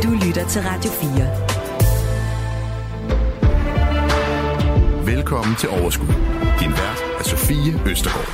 Du lytter til Radio 4. Velkommen til Overskud. Din vært er Sofie Østergaard.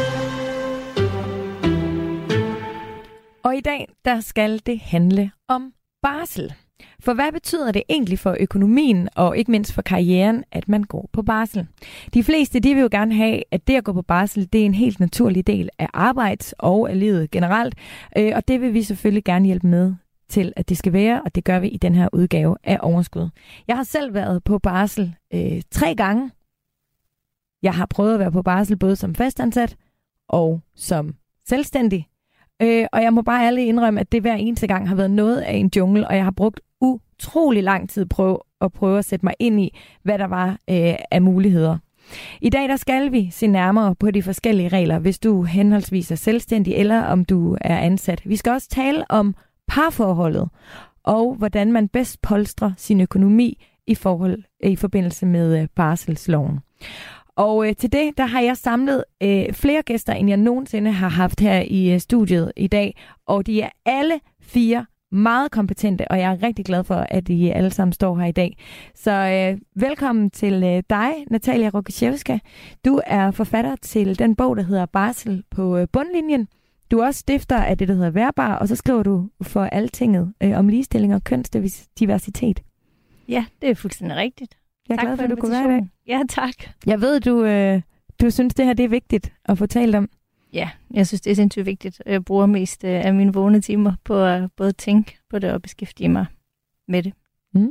Og i dag, der skal det handle om barsel. For hvad betyder det egentlig for økonomien og ikke mindst for karrieren, at man går på barsel? De fleste, de vil jo gerne have, at det at gå på barsel, det er en helt naturlig del af arbejds- og af livet generelt. Og det vil vi selvfølgelig gerne hjælpe med til, at det skal være, og det gør vi i den her udgave af Overskud. Jeg har selv været på barsel 3 gange. Jeg har prøvet at være på barsel både som fastansat og som selvstændig. Og jeg må bare ærligt indrømme, at det hver eneste gang har været noget af en jungle, og jeg har brugt utrolig lang tid på at prøve at sætte mig ind i, hvad der var af muligheder. I dag der skal vi se nærmere på de forskellige regler, hvis du henholdsvis er selvstændig eller om du er ansat. Vi skal også tale om parforholdet og hvordan man bedst polstrer sin økonomi i forbindelse med barselsloven. Og til det, der har jeg samlet flere gæster, end jeg nogensinde har haft her i studiet i dag. Og de er alle 4 meget kompetente, og jeg er rigtig glad for, at I alle sammen står her i dag. Så velkommen til dig, Natalia Rokiszewska. Du er forfatter til den bog, der hedder Barsel på bundlinjen. Du er også stifter af det, der hedder Værbar, og så skriver du for Altinget om ligestilling og kønsdiversitet. Ja, det er fuldstændig rigtigt. Jeg er glad for, at du kunne være i dag. Ja, tak. Jeg ved, du synes, det her det er vigtigt at fortælle om. Ja, jeg synes, det er sindssygt vigtigt. Jeg bruger mest af mine vågne timer på at både tænke på det og beskæftige mig med det. Mm.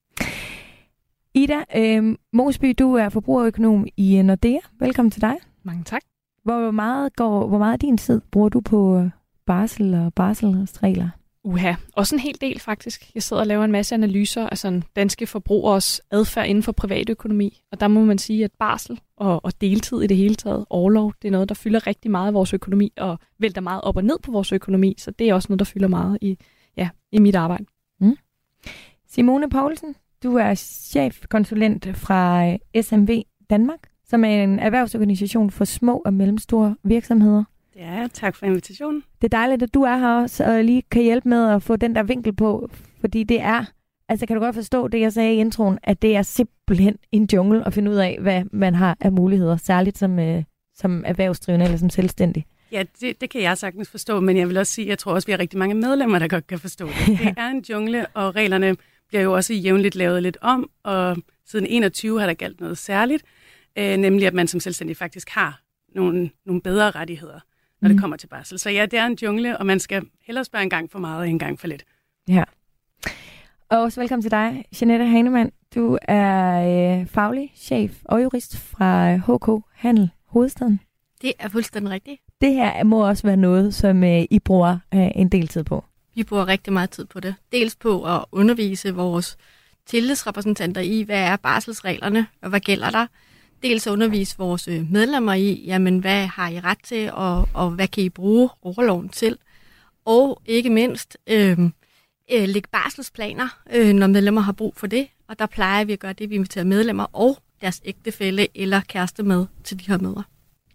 Ida Mosby, du er forbrugerøkonom i Nordea. Velkommen til dig. Mange tak. Hvor meget af din tid bruger du på barsel og barselsregler? Også en hel del faktisk. Jeg sidder og laver en masse analyser af sådan danske forbrugeres adfærd inden for privatøkonomi. Og der må man sige, at barsel og deltid i det hele taget, orlov, det er noget, der fylder rigtig meget af vores økonomi og vælter meget op og ned på vores økonomi. Så det er også noget, der fylder meget i mit arbejde. Mm. Simone Poulsen, du er chefkonsulent fra SMV Danmark, som er en erhvervsorganisation for små og mellemstore virksomheder. Det er tak for invitationen. Det er dejligt, at du er her også, og lige kan hjælpe med at få den der vinkel på, fordi det er, altså kan du godt forstå det, jeg sagde i introen, at det er simpelthen en jungle at finde ud af, hvad man har af muligheder, særligt som erhvervsdrivende eller som selvstændig. Ja, det kan jeg sagtens forstå, men jeg vil også sige, at jeg tror også, vi har rigtig mange medlemmer, der godt kan forstå det. Ja. Det er en jungle, og reglerne bliver jo også jævnligt lavet lidt om, og siden 21 har der galt noget særligt, nemlig at man som selvstændig faktisk har nogle bedre rettigheder, når det kommer til barsel. Så ja, det er en jungle, og man skal hellere spørge en gang for meget, end en gang for lidt. Ja. Og også velkommen til dig, Jeanette Hanemann. Du er faglig chef og jurist fra HK Handel Hovedstaden. Det er fuldstændig rigtigt. Det her må også være noget, som I bruger en del tid på. Vi bruger rigtig meget tid på det. Dels på at undervise vores tillidsrepræsentanter i, hvad er barselsreglerne, og hvad gælder der. Dels undervise vores medlemmer i, jamen hvad har I ret til, og hvad kan I bruge orloven til. Og ikke mindst lægge barselsplaner, når medlemmer har brug for det. Og der plejer vi at gøre det, vi inviterer medlemmer og deres ægtefælle eller kæreste med til de her møder.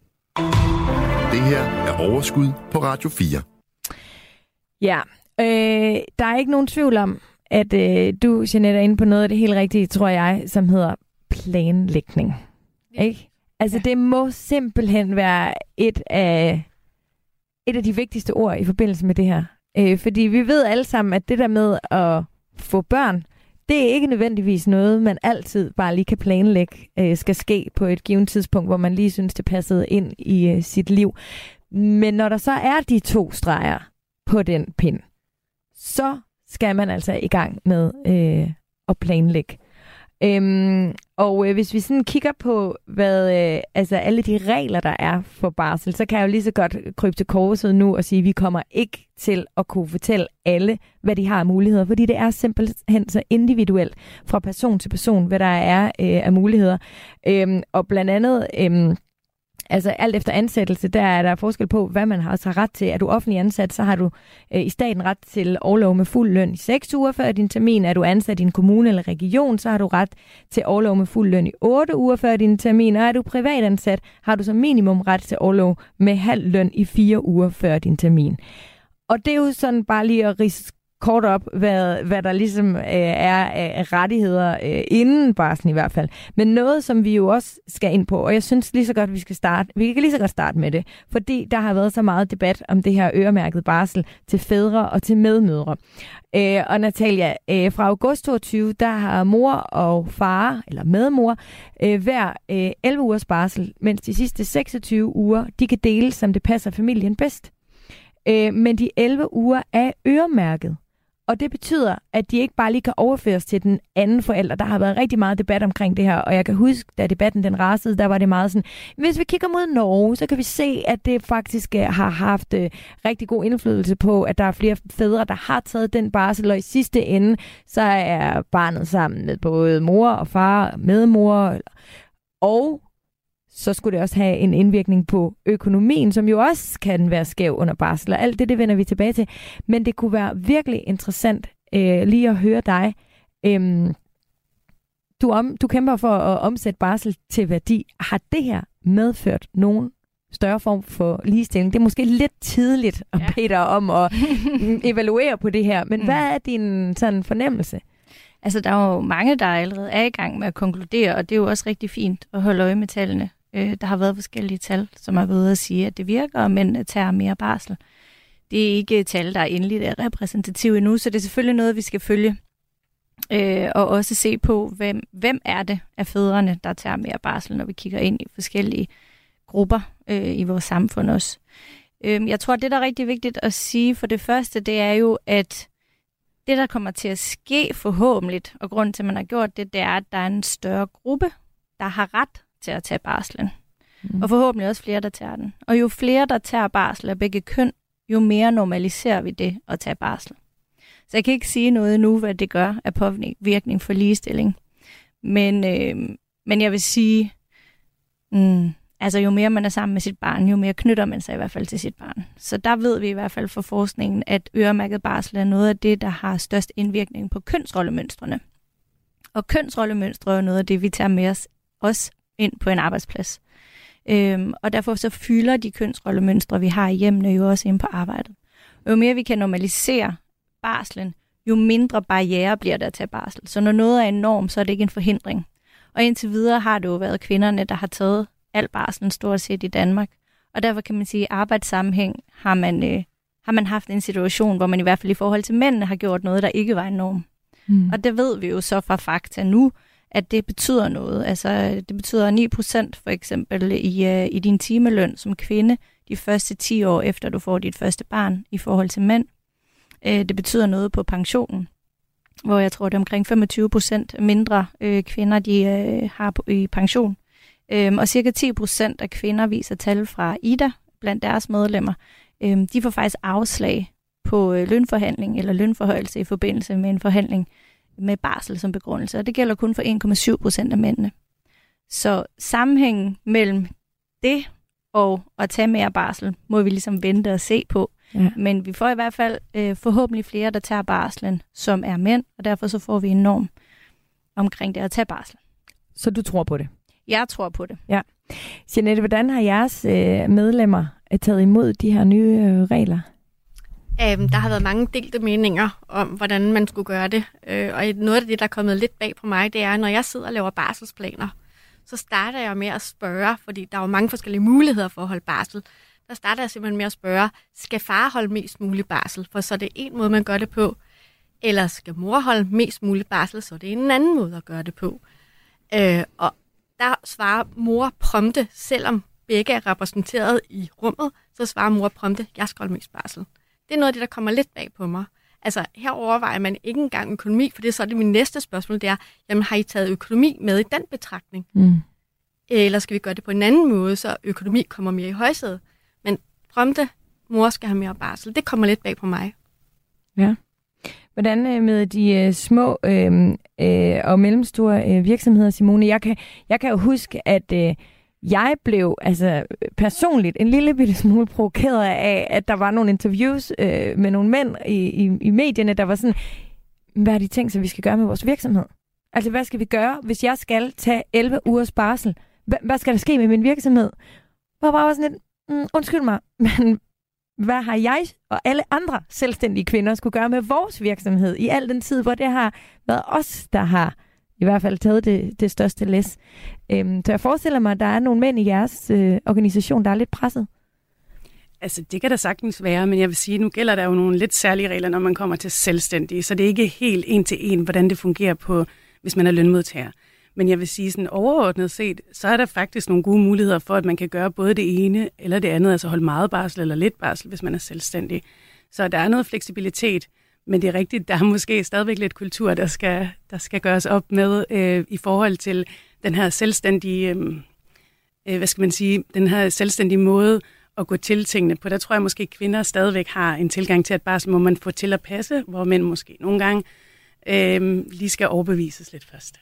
Det her er Overskud på Radio 4. Ja, der er ikke nogen tvivl om, at du, Jeanette, er inde på noget af det helt rigtige, tror jeg, som hedder planlægning. Ikke? Altså, det må simpelthen være et af de vigtigste ord i forbindelse med det her. Fordi vi ved alle sammen, at det der med at få børn, det er ikke nødvendigvis noget, man altid bare lige kan planlægge, skal ske på et givet tidspunkt, hvor man lige synes, det passede ind i sit liv. Men når der så er de 2 streger på den pind, så skal man altså i gang med at planlægge. Og hvis vi sådan kigger på, hvad alle de regler, der er for barsel, så kan jeg jo lige så godt krybe til korset nu og sige, at vi kommer ikke til at kunne fortælle alle, hvad de har af muligheder, fordi det er simpelthen så individuelt fra person til person, hvad der er af muligheder. Og blandt andet Altså alt efter ansættelse, der er der forskel på, hvad man har ret til. Er du offentlig ansat, så har du i staten ret til orlov med fuld løn i 6 uger før din termin. Er du ansat i en kommune eller region, så har du ret til orlov med fuld løn i 8 uger før din termin. Og er du privatansat, har du som minimum ret til orlov med halv løn i 4 uger før din termin. Og det er jo sådan bare lige at ridse kort op, hvad der ligesom er af rettigheder inden barslen i hvert fald. Men noget, som vi jo også skal ind på, og jeg synes lige så godt, vi kan lige så godt starte med det, fordi der har været så meget debat om det her øremærket barsel til fædre og til medmødre. Og Natalia, fra august 22, der har mor og far, eller medmor, hver 11 ugers barsel, mens de sidste 26 uger, de kan dele, som det passer familien bedst. Men de 11 uger er øremærket. Og det betyder, at de ikke bare lige kan overføres til den anden forælder. Der har været rigtig meget debat omkring det her, og jeg kan huske, da debatten den rasede, der var det meget sådan, hvis vi kigger mod Norge, så kan vi se, at det faktisk har haft rigtig god indflydelse på, at der er flere fædre, der har taget den barsel, og i sidste ende, så er barnet sammen med både mor og far, medmor, og så skulle det også have en indvirkning på økonomien, som jo også kan være skæv under barsel, og alt det vender vi tilbage til. Men det kunne være virkelig interessant lige at høre dig. Du kæmper for at omsætte barsel til værdi. Har det her medført nogen større form for ligestilling? Det er måske lidt tidligt at bede dig om at evaluere på det her, men hvad er din sådan fornemmelse? Altså, der er jo mange, der allerede er i gang med at konkludere, og det er jo også rigtig fint at holde øje med tallene. Der har været forskellige tal, som har været ude at sige, at det virker, og mænd tager mere barsel. Det er ikke tal, der er endeligt er repræsentative endnu, så det er selvfølgelig noget, vi skal følge. Og også se på, hvem er det af fædrene, der tager mere barsel, når vi kigger ind i forskellige grupper i vores samfund også. Jeg tror, det, der er rigtig vigtigt at sige for det første, det er jo, at det, der kommer til at ske forhåbentlig, og grunden til, at man har gjort det, det er, at der er en større gruppe, der har ret til at tage barslen. Og forhåbentlig også flere, der tager den. Og jo flere, der tager barsel af begge køn, jo mere normaliserer vi det at tage barsel. Så jeg kan ikke sige noget nu, hvad det gør af påvirkning for ligestilling. Men jeg vil sige, altså jo mere man er sammen med sit barn, jo mere knytter man sig i hvert fald til sit barn. Så der ved vi i hvert fald fra forskningen, at øremærket barsel er noget af det, der har størst indvirkning på kønsrollemønstrene. Og kønsrollemønstre er noget af det, vi tager med os også ind på en arbejdsplads. Og derfor så fylder de kønsrollemønstre, vi har i hjemmene, jo også ind på arbejdet. Og jo mere vi kan normalisere barslen, jo mindre barriere bliver der at tage barsel. Så når noget er en norm, så er det ikke en forhindring. Og indtil videre har det jo været kvinderne, der har taget al barslen stort set i Danmark. Og derfor kan man sige, at i arbejdssammenhæng har man haft en situation, hvor man i hvert fald i forhold til mændene har gjort noget, der ikke var en norm. Og det ved vi jo så fra fakta nu, at det betyder noget. Altså, det betyder 9% for eksempel i din timeløn som kvinde de første 10 år efter du får dit første barn i forhold til mænd. Det betyder noget på pensionen, hvor jeg tror, det er omkring 25% mindre kvinder, de har i pension. Og cirka 10% af kvinder viser tal fra IDA blandt deres medlemmer. De får faktisk afslag på lønforhandling eller lønforhøjelse i forbindelse med en forhandling med barsel som begrundelse, og det gælder kun for 1,7% af mændene. Så sammenhængen mellem det og at tage mere barsel, må vi ligesom vente og se på. Ja. Men vi får i hvert fald forhåbentlig flere, der tager barslen, som er mænd, og derfor så får vi en norm omkring det at tage barsel. Så du tror på det? Jeg tror på det. Ja. Jeanette, hvordan har jeres medlemmer taget imod de her nye regler? Der har været mange delte meninger om, hvordan man skulle gøre det. Og noget af det, der er kommet lidt bag på mig, det er, når jeg sidder og laver barselsplaner, så starter jeg med at spørge, fordi der er jo mange forskellige muligheder for at holde barsel. Der starter jeg simpelthen med at spørge, skal far holde mest mulig barsel? For så er det en måde, man gør det på. Eller skal mor holde mest mulig barsel, så er det en anden måde at gøre det på. Og der svarer mor prompte, selvom begge er repræsenteret i rummet, så svarer mor prompte, jeg skal holde mest barsel. Det er noget af det, der kommer lidt bag på mig. Altså, her overvejer man ikke engang økonomi, for det er så det min næste spørgsmål, det er, jamen har I taget økonomi med i den betragtning? Eller skal vi gøre det på en anden måde, så økonomi kommer mere i højsædet? Men prompte, mor skal have mere barsel, det kommer lidt bag på mig. Ja. Hvordan med de små og mellemstore virksomheder, Simone? Jeg kan jo huske, at jeg blev altså personligt en lille bitte smule provokeret af, at der var nogle interviews med nogle mænd i medierne, der var sådan, hvad er de ting, som vi skal gøre med vores virksomhed? Altså, hvad skal vi gøre, hvis jeg skal tage 11 ugers barsel? Hvad skal der ske med min virksomhed? Hvor bare var sådan lidt, undskyld mig, men hvad har jeg og alle andre selvstændige kvinder skulle gøre med vores virksomhed i al den tid, hvor det har været os, der har i hvert fald taget det største læs. Så jeg forestiller mig, at der er nogle mænd i jeres organisation, der er lidt presset. Altså, det kan da sagtens være, men jeg vil sige, at nu gælder der jo nogle lidt særlige regler, når man kommer til selvstændige, så det er ikke helt en til en, hvordan det fungerer på, hvis man er lønmodtager. Men jeg vil sige, sådan overordnet set, så er der faktisk nogle gode muligheder for, at man kan gøre både det ene eller det andet, altså holde meget barsel eller lidt barsel, hvis man er selvstændig. Så der er noget fleksibilitet, men det er rigtigt, der er måske stadigvæk lidt kultur, der skal gøres op med i forhold til den her selvstændige, den her selvstændige måde at gå til tingene på. Der tror jeg måske, at kvinder stadigvæk har en tilgang til, at barsel må man få til at passe, hvor mænd måske nogle gange lige skal overbevises lidt først.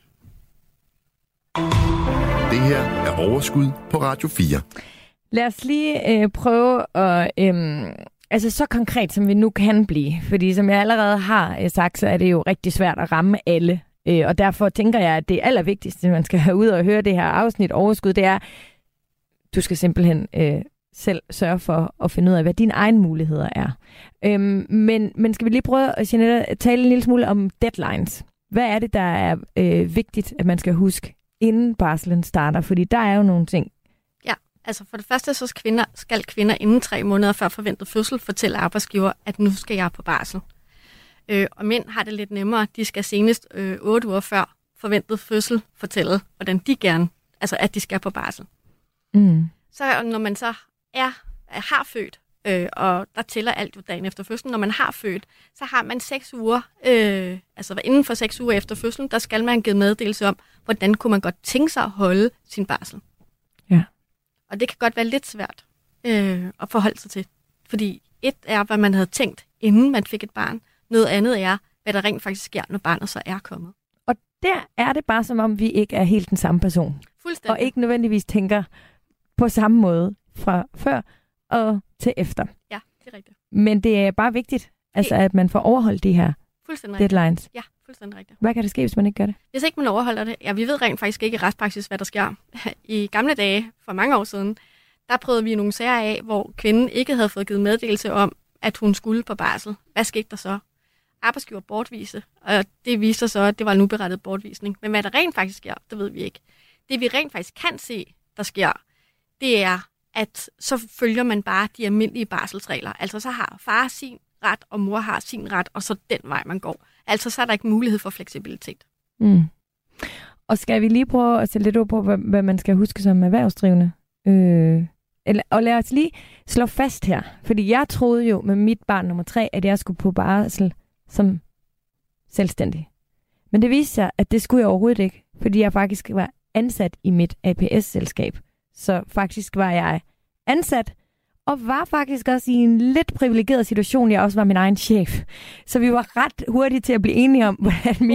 Det her er Overskud på Radio 4. Lad os lige prøve at... altså så konkret, som vi nu kan blive. Fordi som jeg allerede har sagt, så er det jo rigtig svært at ramme alle. Og derfor tænker jeg, at det allervigtigste, man skal have ud og høre det her afsnit Overskud, det er, du skal simpelthen selv sørge for at finde ud af, hvad dine egne muligheder er. Men skal vi lige prøve at tale en lille smule om deadlines? Hvad er det, der er vigtigt, at man skal huske, inden barslen starter? Fordi der er jo nogle ting. Ja, altså for det første, så skal kvinder inden 3 måneder før forventet fødsel fortælle arbejdsgiver, at nu skal jeg på barsel. Og mænd har det lidt nemmere. De skal senest 8 uger før forventet fødsel fortælle, hvordan de gerne, altså at de skal på barsel. Så når man så har født, og der tæller alt jo dagen efter fødslen, når man har født, så har man 6 uger, altså inden for 6 uger efter fødslen, der skal man give meddelelse om, hvordan kunne man godt tænke sig at holde sin barsel. Ja. Og det kan godt være lidt svært at forholde sig til, fordi et er, hvad man havde tænkt, inden man fik et barn. Noget andet er, hvad der rent faktisk sker, når barnet så er kommet. Og der er det bare som om, vi ikke er helt den samme person. Fuldstændig. Og ikke nødvendigvis tænker på samme måde fra før og til efter. Ja, det er rigtigt. Men det er bare vigtigt, altså, at man får overholdt de her deadlines. Ja, fuldstændig rigtigt. Hvad kan der ske, hvis man ikke gør det? Hvis ikke man overholder det, ja, vi ved rent faktisk ikke i retspraksis, hvad der sker. I gamle dage, for mange år siden, der prøvede vi nogle sager af, hvor kvinden ikke havde fået givet meddelelse om, at hun skulle på barsel. Hvad skete der så? Arbejdsgiver bortvise, og det viser så, at det var en uberettiget bortvisning. Men hvad der rent faktisk sker, det ved vi ikke. Det vi rent faktisk kan se, der sker, det er, at så følger man bare de almindelige barselsregler. Altså så har far sin ret, og mor har sin ret, og så den vej man går. Altså så er der ikke mulighed for fleksibilitet. Og skal vi lige prøve at sætte lidt ord på, hvad man skal huske som erhvervsdrivende? Og lad os lige slå fast her. Fordi jeg troede jo med mit barn nummer 3, at jeg skulle på barsel som selvstændig. Men det viste sig, at det skulle jeg overhovedet ikke. Fordi jeg faktisk var ansat i mit APS-selskab. Så faktisk var jeg ansat, og var faktisk også i en lidt privilegeret situation. Jeg også var min egen chef. Så vi var ret hurtige til at blive enige om,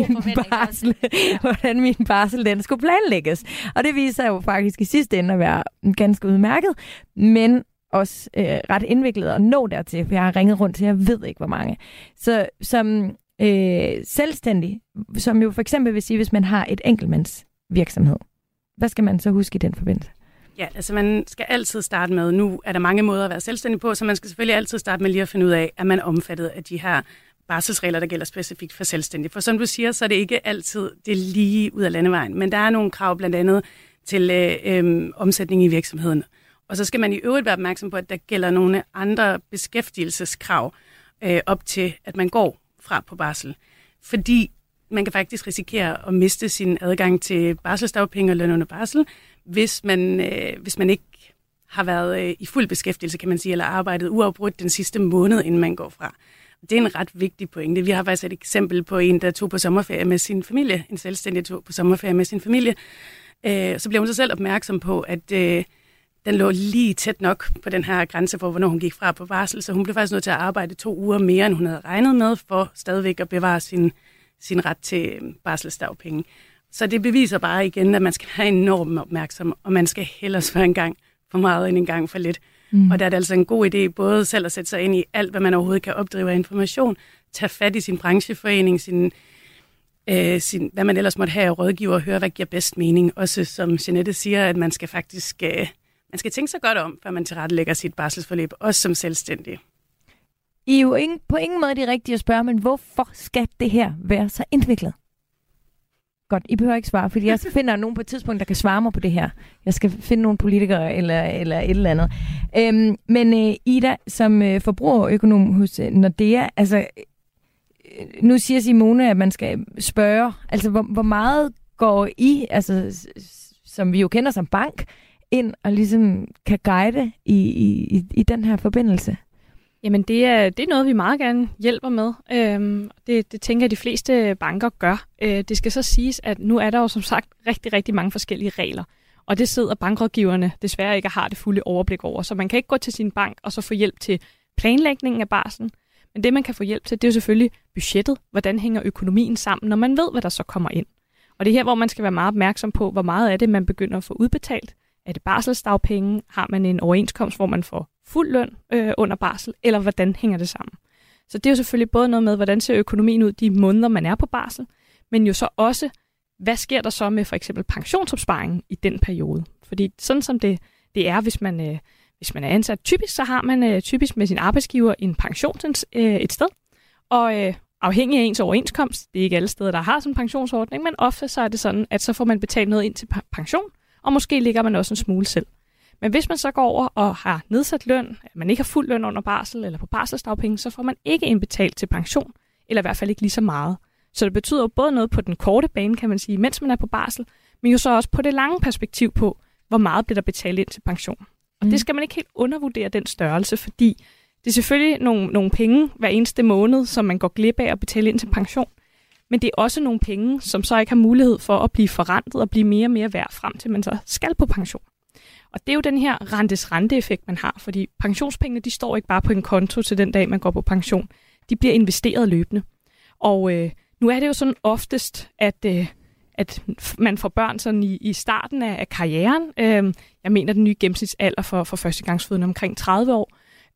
hvordan min barsel den skulle planlægges. Og det viser jo faktisk i sidste ende at være ganske udmærket, men også ret indviklet at nå dertil, for jeg har ringet rundt til, jeg ved ikke hvor mange. Så som selvstændig, som jo for eksempel vil sige, hvis man har et enkeltmandsvirksomhed, hvad skal man så huske i den forbindelse? Ja, altså man skal altid starte med, nu er der mange måder at være selvstændig på, så man skal selvfølgelig altid starte med lige at finde ud af, at man er omfattet af de her barselsregler, der gælder specifikt for selvstændige. For som du siger, så er det ikke altid det lige ud af landevejen, men der er nogle krav blandt andet til omsætning i virksomheden. Og så skal man i øvrigt være opmærksom på, at der gælder nogle andre beskæftigelseskrav op til, at man går fra på barsel. Fordi man kan faktisk risikere at miste sin adgang til barselsdagpenge og løn under barsel, hvis man ikke har været i fuld beskæftigelse, kan man sige, eller arbejdet uafbrudt den sidste måned, inden man går fra. Det er en ret vigtig pointe. Vi har faktisk et eksempel på en, der tog på sommerferie med sin familie, en selvstændig tog på sommerferie med sin familie. Så blev hun så selv opmærksom på, at den lå lige tæt nok på den her grænse for, hvornår hun gik fra på barsel, så hun blev faktisk nødt til at arbejde 2 uger mere, end hun havde regnet med, for stadigvæk at bevare sin ret til barselsdagpenge. Så det beviser bare igen, at man skal være enormt opmærksom, og man skal hellere være en gang for meget end en gang for lidt. Og der er det altså en god idé både selv at sætte sig ind i alt, hvad man overhovedet kan opdrive af information, tage fat i sin brancheforening, hvad man ellers måtte have af rådgiver og høre, hvad giver bedst mening. Også som Jeanette siger, at man skal faktisk man skal tænke sig godt om, før man tilrettelægger sit barselsforløb, også som selvstændig. I er jo på ingen måde de rigtige at spørge, men hvorfor skal det her være så indviklet? Godt, I behøver ikke svare, fordi jeg finder nogen på et tidspunkt, der kan svare mig på det her. Jeg skal finde nogle politikere eller et eller andet. Men Ida, som forbrugerøkonom hos Nordea, altså nu siger Simone, at man skal spørge, altså hvor meget går I, altså som vi jo kender som bank, ind og ligesom kan guide i den her forbindelse? Jamen, det er noget, vi meget gerne hjælper med. Det tænker jeg, de fleste banker gør. Det skal så siges, at nu er der jo som sagt rigtig, rigtig mange forskellige regler. Og det sidder bankrådgiverne desværre ikke og har det fulde overblik over. Så man kan ikke gå til sin bank og så få hjælp til planlægningen af barslen. Men det, man kan få hjælp til, det er jo selvfølgelig budgettet. Hvordan hænger økonomien sammen, når man ved, hvad der så kommer ind. Og det er her, hvor man skal være meget opmærksom på, hvor meget af det, man begynder at få udbetalt. Er det barselsdagpenge? Har man en overenskomst, hvor man får fuld løn under barsel? Eller hvordan hænger det sammen? Så det er jo selvfølgelig både noget med, hvordan ser økonomien ud de måneder, man er på barsel, men jo så også, hvad sker der så med for eksempel pensionsopsparingen i den periode? Fordi sådan som det er, hvis man er ansat typisk, så har man typisk med sin arbejdsgiver en pension et sted, og afhængig af ens overenskomst, det er ikke alle steder, der har sådan en pensionsordning, men ofte så er det sådan, at så får man betalt noget ind til pension, og måske ligger man også en smule selv. Men hvis man så går over og har nedsat løn, at man ikke har fuld løn under barsel eller på barselsdagpenge, så får man ikke indbetalt til pension, eller i hvert fald ikke lige så meget. Så det betyder jo både noget på den korte bane, kan man sige, mens man er på barsel, men jo så også på det lange perspektiv på, hvor meget bliver der betalt ind til pension. Og det skal man ikke helt undervurdere, den størrelse, fordi det er selvfølgelig nogle penge hver eneste måned, som man går glip af at betale ind til pension. Men det er også nogle penge, som så ikke har mulighed for at blive forrentet og blive mere og mere værd frem til, man så skal på pension. Og det er jo den her rentes-rente-effekt, man har, fordi pensionspengene, de står ikke bare på en konto til den dag, man går på pension. De bliver investeret løbende. Og nu er det jo sådan oftest, at man får børn sådan i starten af karrieren. Jeg mener, den nye gennemsnitsalder for førstegangsfødende omkring 30 år.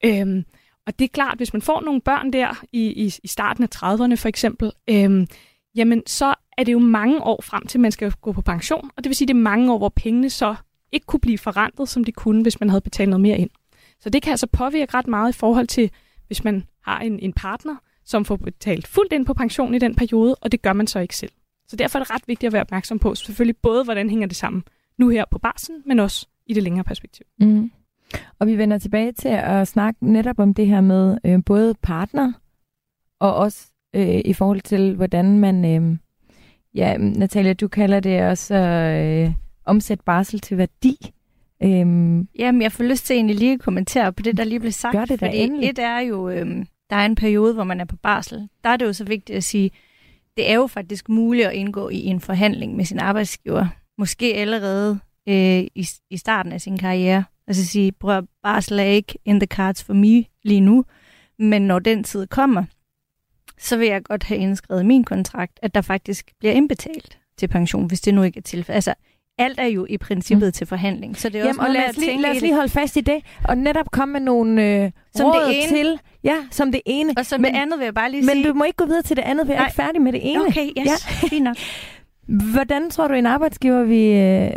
Og det er klart, hvis man får nogle børn der i starten af 30'erne for eksempel, jamen så er det jo mange år frem til, man skal gå på pension. Og det vil sige, det er mange år, hvor pengene så ikke kunne blive forrentet, som de kunne, hvis man havde betalt noget mere ind. Så det kan altså påvirke ret meget i forhold til, hvis man har en partner, som får betalt fuldt ind på pension i den periode, og det gør man så ikke selv. Så derfor er det ret vigtigt at være opmærksom på, selvfølgelig både, hvordan hænger det sammen nu her på barslen, men også i det længere perspektiv. Mm. Og vi vender tilbage til at snakke netop om det her med både partner, og også i forhold til, hvordan man, Natalia, du kalder det også omsætte barsel til værdi. Jamen, jeg får lyst til egentlig lige at kommentere på det, der lige blev sagt. Gør det da endelig. Et er jo, der er en periode, hvor man er på barsel. Der er det jo så vigtigt at sige, det er jo faktisk muligt at indgå i en forhandling med sin arbejdsgiver. Måske allerede i starten af sin karriere. Altså sige, barsel er ikke in the cards for me lige nu, men når den tid kommer, så vil jeg godt have indskrevet i min kontrakt, at der faktisk bliver indbetalt til pension, hvis det nu ikke er tilfældet. Altså, alt er jo i princippet til forhandling, så det er også noget lad os lige holde fast i det, og netop komme med nogle råd til. Ja, som det ene. Og som det andet vil jeg bare lige sige. Men du må ikke gå videre til det andet, for jeg er ikke færdig med det ene. Okay, yes, fint nok. Hvordan tror du, en arbejdsgiver vil...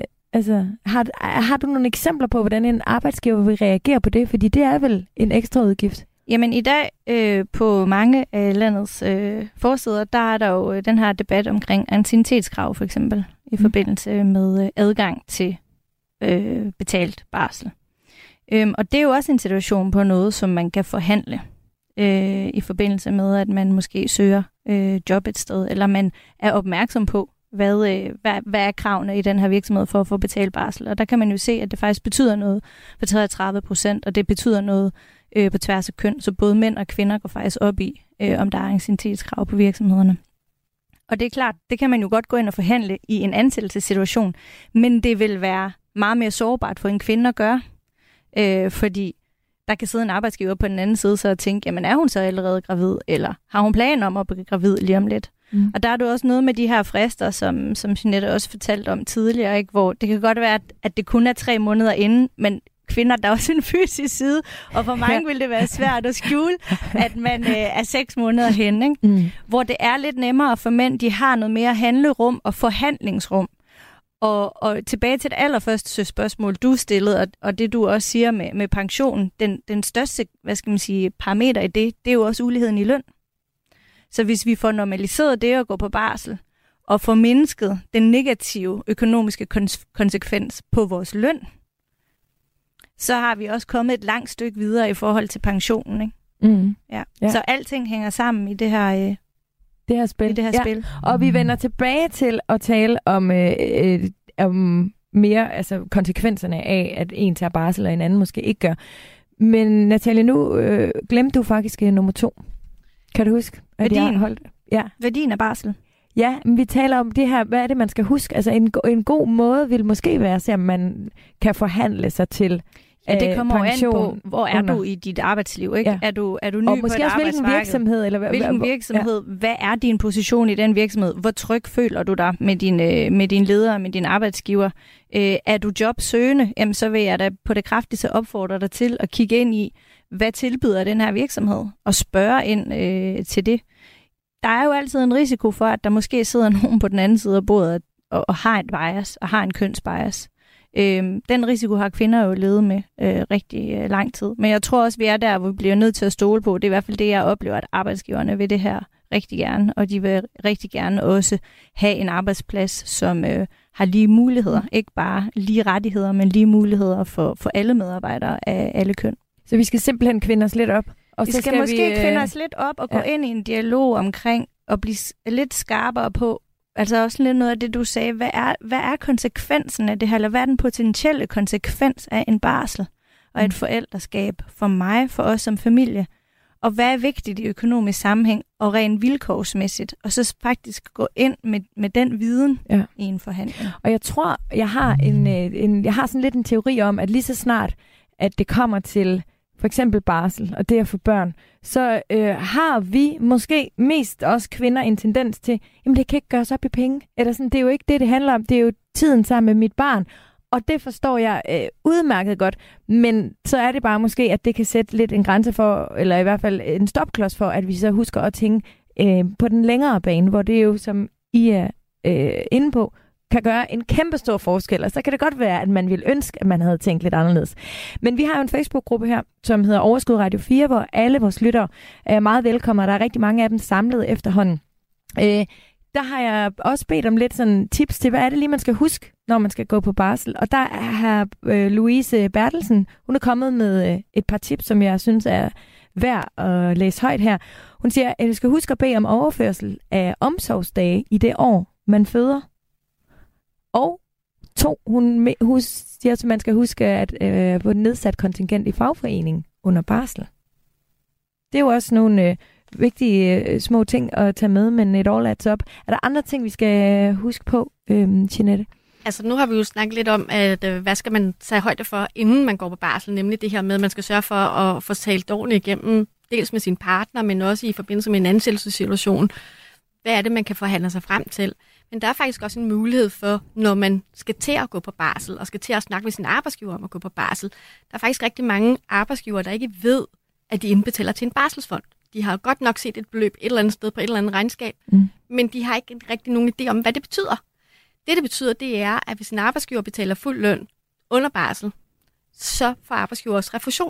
har du nogle eksempler på, hvordan en arbejdsgiver vil reagere på det? Fordi det er vel en ekstra udgift. Jamen i dag på mange af landets forsider, der er der jo den her debat omkring anciennitetskrav for eksempel, i forbindelse med adgang til betalt barsel. Og det er jo også en situation på noget, som man kan forhandle i forbindelse med, at man måske søger job et sted, eller man er opmærksom på, hvad er kravene i den her virksomhed for at få betalt barsel. Og der kan man jo se, at det faktisk betyder noget for 33%, og det betyder noget på tværs af køn, så både mænd og kvinder går faktisk op i, om der er anciennitetskrav på virksomhederne. Og det er klart, det kan man jo godt gå ind og forhandle i en ansættelsessituation, men det vil være meget mere sårbart for en kvinde at gøre, fordi der kan sidde en arbejdsgiver på den anden side så og tænke, jamen er hun så allerede gravid, eller har hun planer om at blive gravid lige om lidt? Mm. Og der er det også noget med de her frister, som Jeanette også fortalte om tidligere, ikke? Hvor det kan godt være, at det kun er 3 måneder inden, men kvinder, der er også en fysisk side, og for mange vil det være svært at skjule, at man er 6 måneder henne. Ikke? Mm. Hvor det er lidt nemmere for mænd, de har noget mere handlerum og forhandlingsrum. Og tilbage til det allerførste spørgsmål, du stillede, og det du også siger med pensionen, den største, parameter i det er jo også uligheden i løn. Så hvis vi får normaliseret det at gå på barsel, og får mindsket den negative økonomiske konsekvens på vores løn, så har vi også kommet et langt stykke videre i forhold til pensionen, ikke? Mm. Ja. Så alting hænger sammen i det her spil. Og vi vender tilbage til at tale om mere, altså konsekvenserne af, at en tager barsel, og en anden måske ikke gør. Men Natalie, nu glemte du faktisk nummer 2. Kan du huske? Værdien af barsel. Ja, men vi taler om det her, hvad er det, man skal huske? Altså en god måde vil måske være, så man kan forhandle sig til det kommer pension an på, hvor er du i dit arbejdsliv, ikke? Ja. Er du ny og på måske et også hvilken virksomhed? Eller hvilken virksomhed? Ja. Hvad er din position i den virksomhed? Hvor tryg føler du dig med din leder, med din arbejdsgiver? Er du jobsøgende? Jamen, så vil jeg da på det kraftigste opfordre dig til at kigge ind i, hvad tilbyder den her virksomhed? Og spørge ind til det. Der er jo altid en risiko for, at der måske sidder nogen på den anden side af bordet og har et bias, og har en kønsbias. Den risiko har kvinder jo levet med rigtig lang tid. Men jeg tror også, vi er der, hvor vi bliver nødt til at stole på. Det er i hvert fald det, jeg oplever, at arbejdsgiverne vil det her rigtig gerne. Og de vil rigtig gerne også have en arbejdsplads, som har lige muligheder. Ikke bare lige rettigheder, men lige muligheder for alle medarbejdere af alle køn. Så vi skal simpelthen kvinde os lidt op. Og vi skal måske kvinde os lidt op og gå ind i en dialog omkring og blive lidt skarpere på, altså også lidt noget af det, du sagde. Hvad er konsekvensen af det her? Eller hvad er den potentielle konsekvens af en barsel og et forældreskab for mig, for os som familie? Og hvad er vigtigt i økonomisk sammenhæng og rent vilkårsmæssigt? Og så faktisk gå ind med den viden i en forhandling. Og jeg tror, jeg har sådan lidt en teori om, at lige så snart, at det kommer til for eksempel barsel og det at få børn, så har vi måske mest os kvinder en tendens til, jamen det kan ikke gøres op i penge. Eller sådan, det er jo ikke det handler om. Det er jo tiden sammen med mit barn. Og det forstår jeg udmærket godt. Men så er det bare måske, at det kan sætte lidt en grænse for, eller i hvert fald en stopklods for, at vi så husker at tænke på den længere bane, hvor det jo, som I er inde på, kan gøre en kæmpe stor forskel, og så kan det godt være, at man ville ønske, at man havde tænkt lidt anderledes. Men vi har jo en Facebook-gruppe her, som hedder Overskud Radio 4, hvor alle vores lyttere er meget velkomne, og der er rigtig mange af dem samlet efterhånden. Der har jeg også bedt om lidt sådan tips til, hvad er det lige, man skal huske, når man skal gå på barsel. Og der har Louise Bertelsen, hun er kommet med et par tips, som jeg synes er værd at læse højt her. Hun siger, at du skal huske at bede om overførsel af omsorgsdage i det år, man føder. Og 2, hun siger, at man skal huske at få en nedsat kontingent i fagforeningen under barsel. Det er jo også nogle vigtige små ting at tage med, men et all adds up. Er der andre ting, vi skal huske på, Jeanette? Altså nu har vi jo snakket lidt om, at hvad skal man tage højde for, inden man går på barsel, nemlig det her med, at man skal sørge for at få talt ordentligt igennem, dels med sin partner, men også i forbindelse med en ansættelsessituation. Hvad er det, man kan forhandle sig frem til? Men der er faktisk også en mulighed for, når man skal til at gå på barsel, og skal til at snakke med sin arbejdsgiver om at gå på barsel. Der er faktisk rigtig mange arbejdsgivere, der ikke ved, at de indbetaler til en barselsfond. De har godt nok set et beløb et eller andet sted på et eller andet regnskab, men de har ikke rigtig nogen idé om, hvad det betyder. Det betyder, det er, at hvis en arbejdsgiver betaler fuld løn under barsel, så får arbejdsgiver også refusion.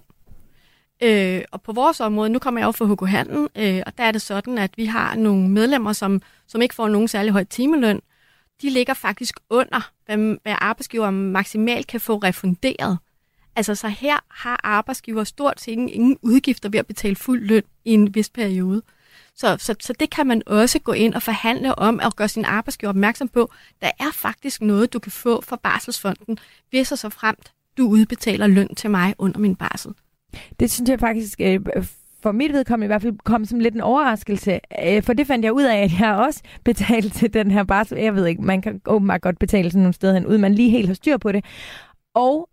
Og på vores område, nu kommer jeg jo fra HK Handel, og der er det sådan, at vi har nogle medlemmer, som ikke får nogen særlig høj timeløn. De ligger faktisk under, hvad arbejdsgiver maksimalt kan få refunderet. Altså så her har arbejdsgiver stort set ingen udgifter ved at betale fuld løn i en vis periode. Så det kan man også gå ind og forhandle om og gøre sin arbejdsgiver opmærksom på. Der er faktisk noget, du kan få fra Barselsfonden, hvis og så fremt du udbetaler løn til mig under min barsel. Det synes jeg faktisk, for mit vedkommende i hvert fald, kom som lidt en overraskelse. For det fandt jeg ud af, at jeg også betalte til den her barsel. Jeg ved ikke, man kan åbenbart godt betale sådan nogle steder hen, uden man lige helt har styr på det. Og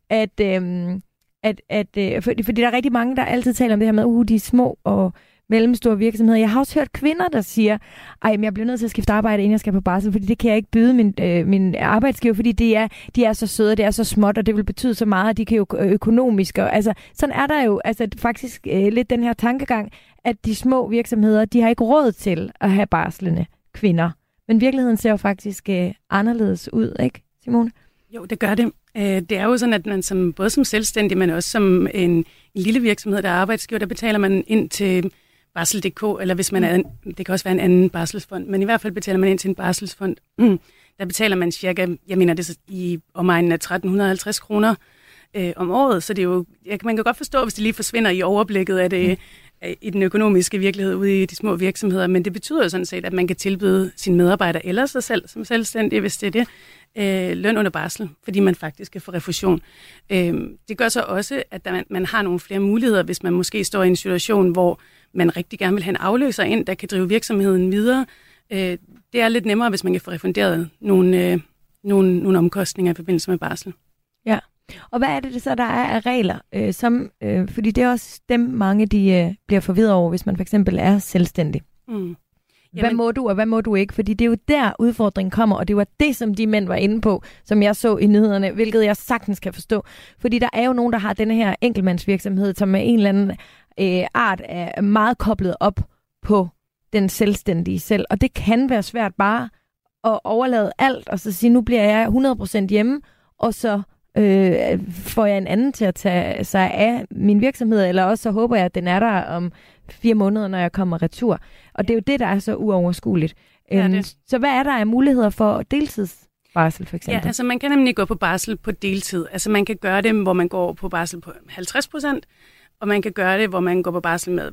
fordi der er rigtig mange, der altid taler om det her med, de små og mellemstore virksomheder. Jeg har også hørt kvinder, der siger, men jeg bliver nødt til at skifte arbejde, inden jeg skal på barsel, fordi det kan jeg ikke byde min arbejdsgiver, fordi de er så søde, det er så småt, og det vil betyde så meget, at de kan jo økonomisk. Og, altså, sådan er der jo faktisk lidt den her tankegang, at de små virksomheder, de har ikke råd til at have barslende kvinder. Men virkeligheden ser jo faktisk anderledes ud, ikke? Simone? Jo, det gør det. Det er jo sådan, at man både som selvstændig, men også som en lille virksomhed, der er arbejdsgiver, der betaler man ind til Barsel.dk, eller hvis man er, det kan også være en anden barselsfond, men i hvert fald betaler man ind til en barselsfond. Der betaler man cirka, jeg mener det i omegnen af 1.350 kroner om året, så det er jo, man kan godt forstå, hvis det lige forsvinder i overblikket af det, i den økonomiske virkelighed ude i de små virksomheder, men det betyder jo sådan set, at man kan tilbyde sine medarbejdere eller sig selv som selvstændig, hvis det er det, løn under barsel, fordi man faktisk kan få refusion. Det gør så også, at man har nogle flere muligheder, hvis man måske står i en situation, hvor man rigtig gerne vil have en afløser ind, der kan drive virksomheden videre. Det er lidt nemmere, hvis man kan få refunderet nogle omkostninger i forbindelse med barsel. Ja. Og hvad er det så, der er af regler? Fordi det er også dem, mange de bliver forvirret over, hvis man for eksempel er selvstændig. Hvad må du, og hvad må du ikke? Fordi det er jo der, udfordringen kommer, og det var det, som de mænd var inde på, som jeg så i nyhederne, hvilket jeg sagtens kan forstå. Fordi der er jo nogen, der har denne her enkeltmandsvirksomhed, som er en eller anden art er meget koblet op på den selvstændige selv. Og det kan være svært bare at overlade alt, og så sige, nu bliver jeg 100% hjemme, og så får jeg en anden til at tage sig af min virksomhed, eller også så håber jeg, at den er der om 4 måneder, når jeg kommer retur. Og det er jo det, der er så uoverskueligt. Så hvad er der af muligheder for deltidsbarsel, for eksempel? Ja, altså man kan nemlig gå på barsel på deltid. Altså man kan gøre det, hvor man går på barsel på 50%, og man kan gøre det, hvor man går på barsel med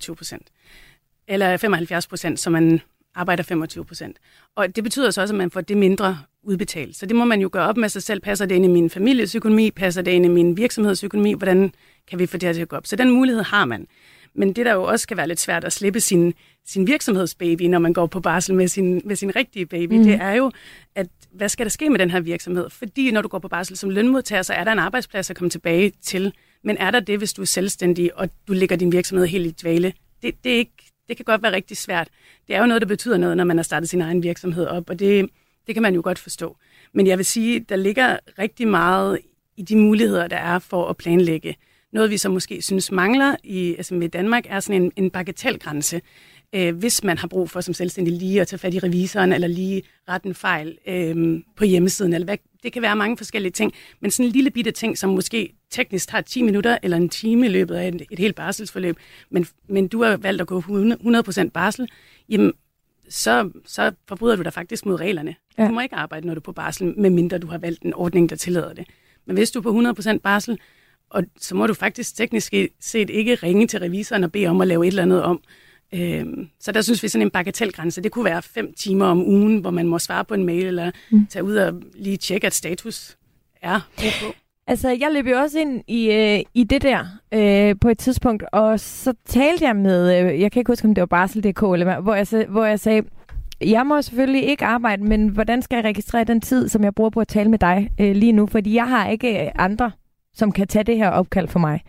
25%. Eller 75%, så man arbejder 25%. Og det betyder så også, at man får det mindre udbetalt. Så det må man jo gøre op med sig selv. Passer det ind i min families økonomi? Passer det ind i min virksomhedsøkonomi? Hvordan kan vi få det her til at gå op? Så den mulighed har man. Men det, der jo også kan være lidt svært at slippe sin virksomhedsbaby, når man går på barsel med sin rigtige baby, det er jo, at hvad skal der ske med den her virksomhed? Fordi når du går på barsel som lønmodtager, så er der en arbejdsplads at komme tilbage til. Men er der det, hvis du er selvstændig, og du lægger din virksomhed helt i dvale? Det kan godt være rigtig svært. Det er jo noget, der betyder noget, når man har startet sin egen virksomhed op, og det kan man jo godt forstå. Men jeg vil sige, der ligger rigtig meget i de muligheder, der er for at planlægge. Noget, vi så måske synes mangler med Danmark, er sådan en bagatelgrænse. Hvis man har brug for som selvstændig lige at tage fat i revisoren, eller lige rette en fejl på hjemmesiden, eller hvad. Det kan være mange forskellige ting, men sådan en lille bitte ting, som måske teknisk tager 10 minutter eller en time i løbet af et helt barselsforløb, men du har valgt at gå 100% barsel, jamen, så forbryder du dig faktisk mod reglerne. Ja. Du må ikke arbejde, når du er på barsel, medmindre du har valgt en ordning, der tillader det. Men hvis du er på 100% barsel, og så må du faktisk teknisk set ikke ringe til revisoren og bede om at lave et eller andet om. Så der synes vi sådan en bagatelgrænse, det kunne være 5 timer om ugen, hvor man må svare på en mail, eller tage ud og lige tjekke, at status er ok. Altså, jeg løb jo også ind i det der på et tidspunkt, og så talte jeg med, jeg kan ikke huske, om det var Barsel.dk, eller hvor jeg sagde, jeg må selvfølgelig ikke arbejde, men hvordan skal jeg registrere den tid, som jeg bruger på at tale med dig lige nu? Fordi jeg har ikke andre, som kan tage det her opkald for mig.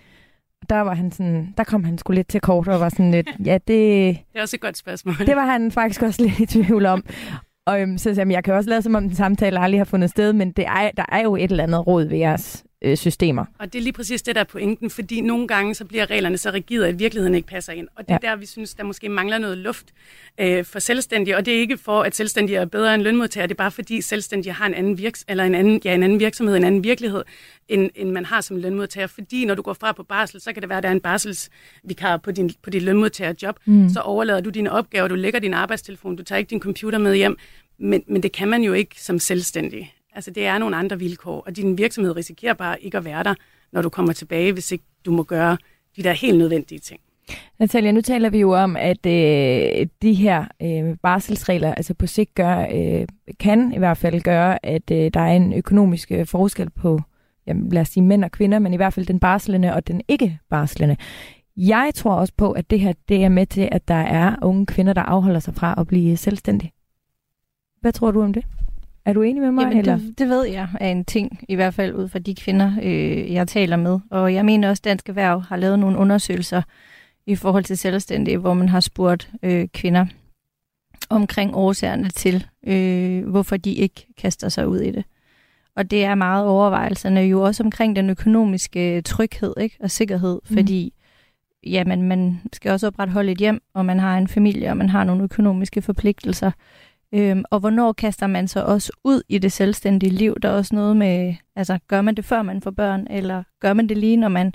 Der kom han sgu lidt til kort og var sådan lidt, ja, det er også et godt spørgsmål. Det var han faktisk også lidt i tvivl om. Og så jeg kan også lade som om den samtale aldrig har fundet sted, men der er jo et eller andet råd ved jeres systemer. Og det er lige præcis det, der er pointen, fordi nogle gange så bliver reglerne så rigide, at virkeligheden ikke passer ind. Og det er der, vi synes, der måske mangler noget luft for selvstændige. Og det er ikke for, at selvstændige er bedre end lønmodtagere. Det er bare fordi selvstændige har en anden virksomhed, en anden virkelighed, end man har som lønmodtager. Fordi når du går fra på barsel, så kan det være, at der er en barselsvikar på dit lønmodtagerjob. Så overlader du dine opgaver, du lægger din arbejdstelefon, du tager ikke din computer med hjem. Men det kan man jo ikke som selvstændig. Altså, det er nogle andre vilkår, og din virksomhed risikerer bare ikke at være der, når du kommer tilbage, hvis ikke du må gøre de der helt nødvendige ting. Natalia, nu taler vi jo om, at de her barselsregler altså på sigt kan i hvert fald gøre, at der er en økonomisk forskel på, lad os sige mænd og kvinder, men i hvert fald den barslende og den ikke barslende. Jeg tror også på, at det her det er med til, at der er unge kvinder, der afholder sig fra at blive selvstændige. Hvad tror du om det? Er du enig med mig? Jamen, eller? Det ved jeg er en ting, i hvert fald ud fra de kvinder, jeg taler med. Og jeg mener også, at Dansk Erhverv har lavet nogle undersøgelser i forhold til selvstændige, hvor man har spurgt kvinder omkring årsagerne til, hvorfor de ikke kaster sig ud i det. Og det er meget overvejelserne jo også omkring den økonomiske tryghed, ikke? Og sikkerhed, fordi man skal også opretholde et hjem, og man har en familie, og man har nogle økonomiske forpligtelser. Og hvornår kaster man sig også ud i det selvstændige liv? Der er også noget med, altså gør man det før man får børn, eller gør man det lige, når man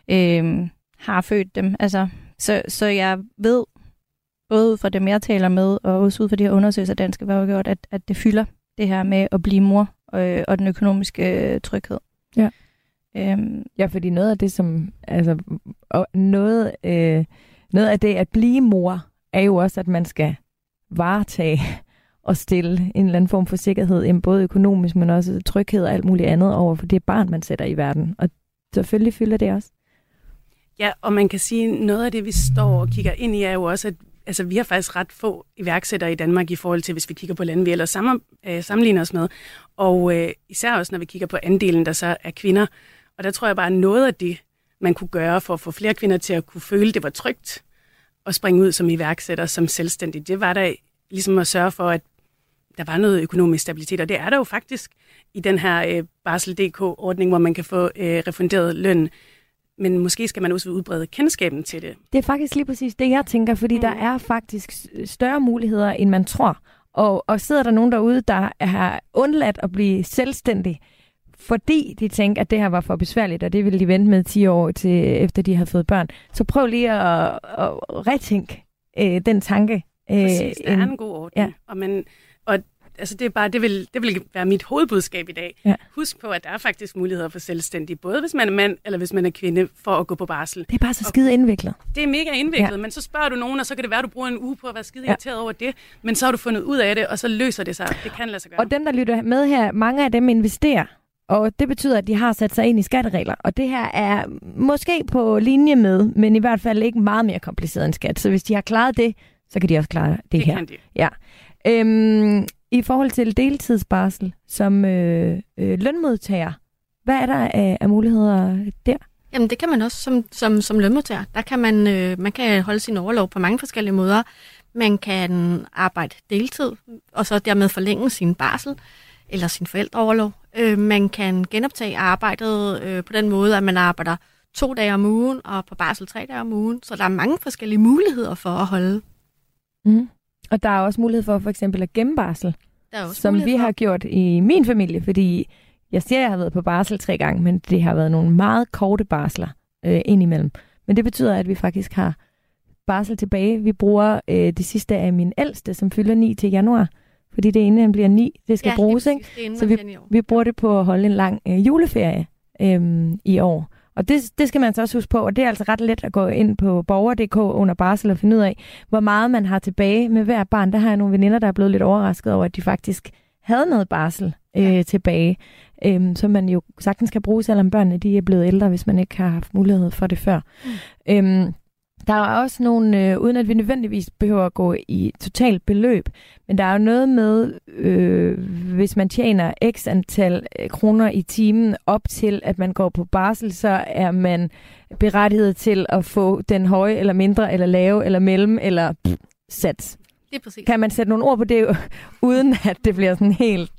har født dem? Altså, så jeg ved, både ud fra dem, jeg taler med, og også ud fra de her undersøgelser, Dansk Erhverv har gjort, at det fylder det her med at blive mor og den økonomiske tryghed. Ja. Ja, fordi noget af det, som, altså, noget af det at blive mor, er jo også, at man skal varetage og stille en eller anden form for sikkerhed, både økonomisk, men også tryghed og alt muligt andet over for det barn, man sætter i verden. Og selvfølgelig fylder det også. Ja, og man kan sige, noget af det, vi står og kigger ind i, er jo også, at altså, vi har faktisk ret få iværksættere i Danmark i forhold til, hvis vi kigger på lande, vi ellers sammenligner os med. Og især også, når vi kigger på andelen, der så er kvinder. Og der tror jeg bare, noget af det, man kunne gøre for at få flere kvinder til at kunne føle, det var trygt at springe ud som iværksætter, som selvstændig. Det var der ligesom at sørge for, at der var noget økonomisk stabilitet. Og det er der jo faktisk i den her Barsel.dk-ordning, hvor man kan få refunderet løn. Men måske skal man også udbrede kendskaben til det. Det er faktisk lige præcis det, jeg tænker, fordi der er faktisk større muligheder, end man tror. Og sidder der nogen derude, der har undladt at blive selvstændig, fordi de tænker, at det her var for besværligt, og det ville de vente med 10 år til, efter de havde fået børn. Så prøv lige at retænke den tanke. Præcis, det er en god ordning. Ja. Og altså det vil være mit hovedbudskab i dag. Ja. Husk på, at der er faktisk muligheder for selvstændige, både hvis man er mand eller hvis man er kvinde, for at gå på barsel. Det er bare så skide indviklet. Det er mega indviklet, men så spørger du nogen, og så kan det være, at du bruger en uge på at være skide irriteret over det, men så har du fundet ud af det, og så løser det sig. Det kan lade sig gøre. Og dem, der lytter med her, mange af dem investerer, og det betyder, at de har sat sig ind i skatteregler. Og det her er måske på linje med, men i hvert fald ikke meget mere kompliceret end skat. Så hvis de har klaret det, så kan de også klare det her. Kan de. Ja. I forhold til deltidsbarsel som lønmodtager, hvad er der af muligheder der? Jamen det kan man også som lønmodtager. Der kan man kan holde sin orlov på mange forskellige måder. Man kan arbejde deltid, og så dermed forlænge sin barsel eller sin forældreorlov. Man kan genoptage arbejdet på den måde, at man arbejder 2 dage om ugen og på barsel 3 dage om ugen. Så der er mange forskellige muligheder for at holde. Mm. Og der er også mulighed for eksempel at gemme barsel, som vi har gjort i min familie, fordi jeg siger, at jeg har været på barsel 3 gange, men det har været nogle meget korte barsler indimellem. Men det betyder, at vi faktisk har barsel tilbage. Vi bruger det sidste af min ældste, som fylder 9 til januar, fordi det inden han bliver 9, det skal bruges, ikke? Så vi bruger det på at holde en lang juleferie i år. Og det skal man så også huske på, og det er altså ret let at gå ind på borger.dk under barsel og finde ud af, hvor meget man har tilbage med hver barn. Der har jeg nogle veninder, der er blevet lidt overrasket over, at de faktisk havde noget barsel tilbage, som man jo sagtens kan bruge, selvom børnene de er blevet ældre, hvis man ikke har haft mulighed for det før. Der er også nogle, uden at vi nødvendigvis behøver at gå i totalt beløb, men der er jo noget med, hvis man tjener x antal kroner i timen op til, at man går på barsel, så er man berettiget til at få den høje eller mindre, eller lave, eller mellem, eller sats. Det er præcis. Kan man sætte nogle ord på det, uden at det bliver sådan helt...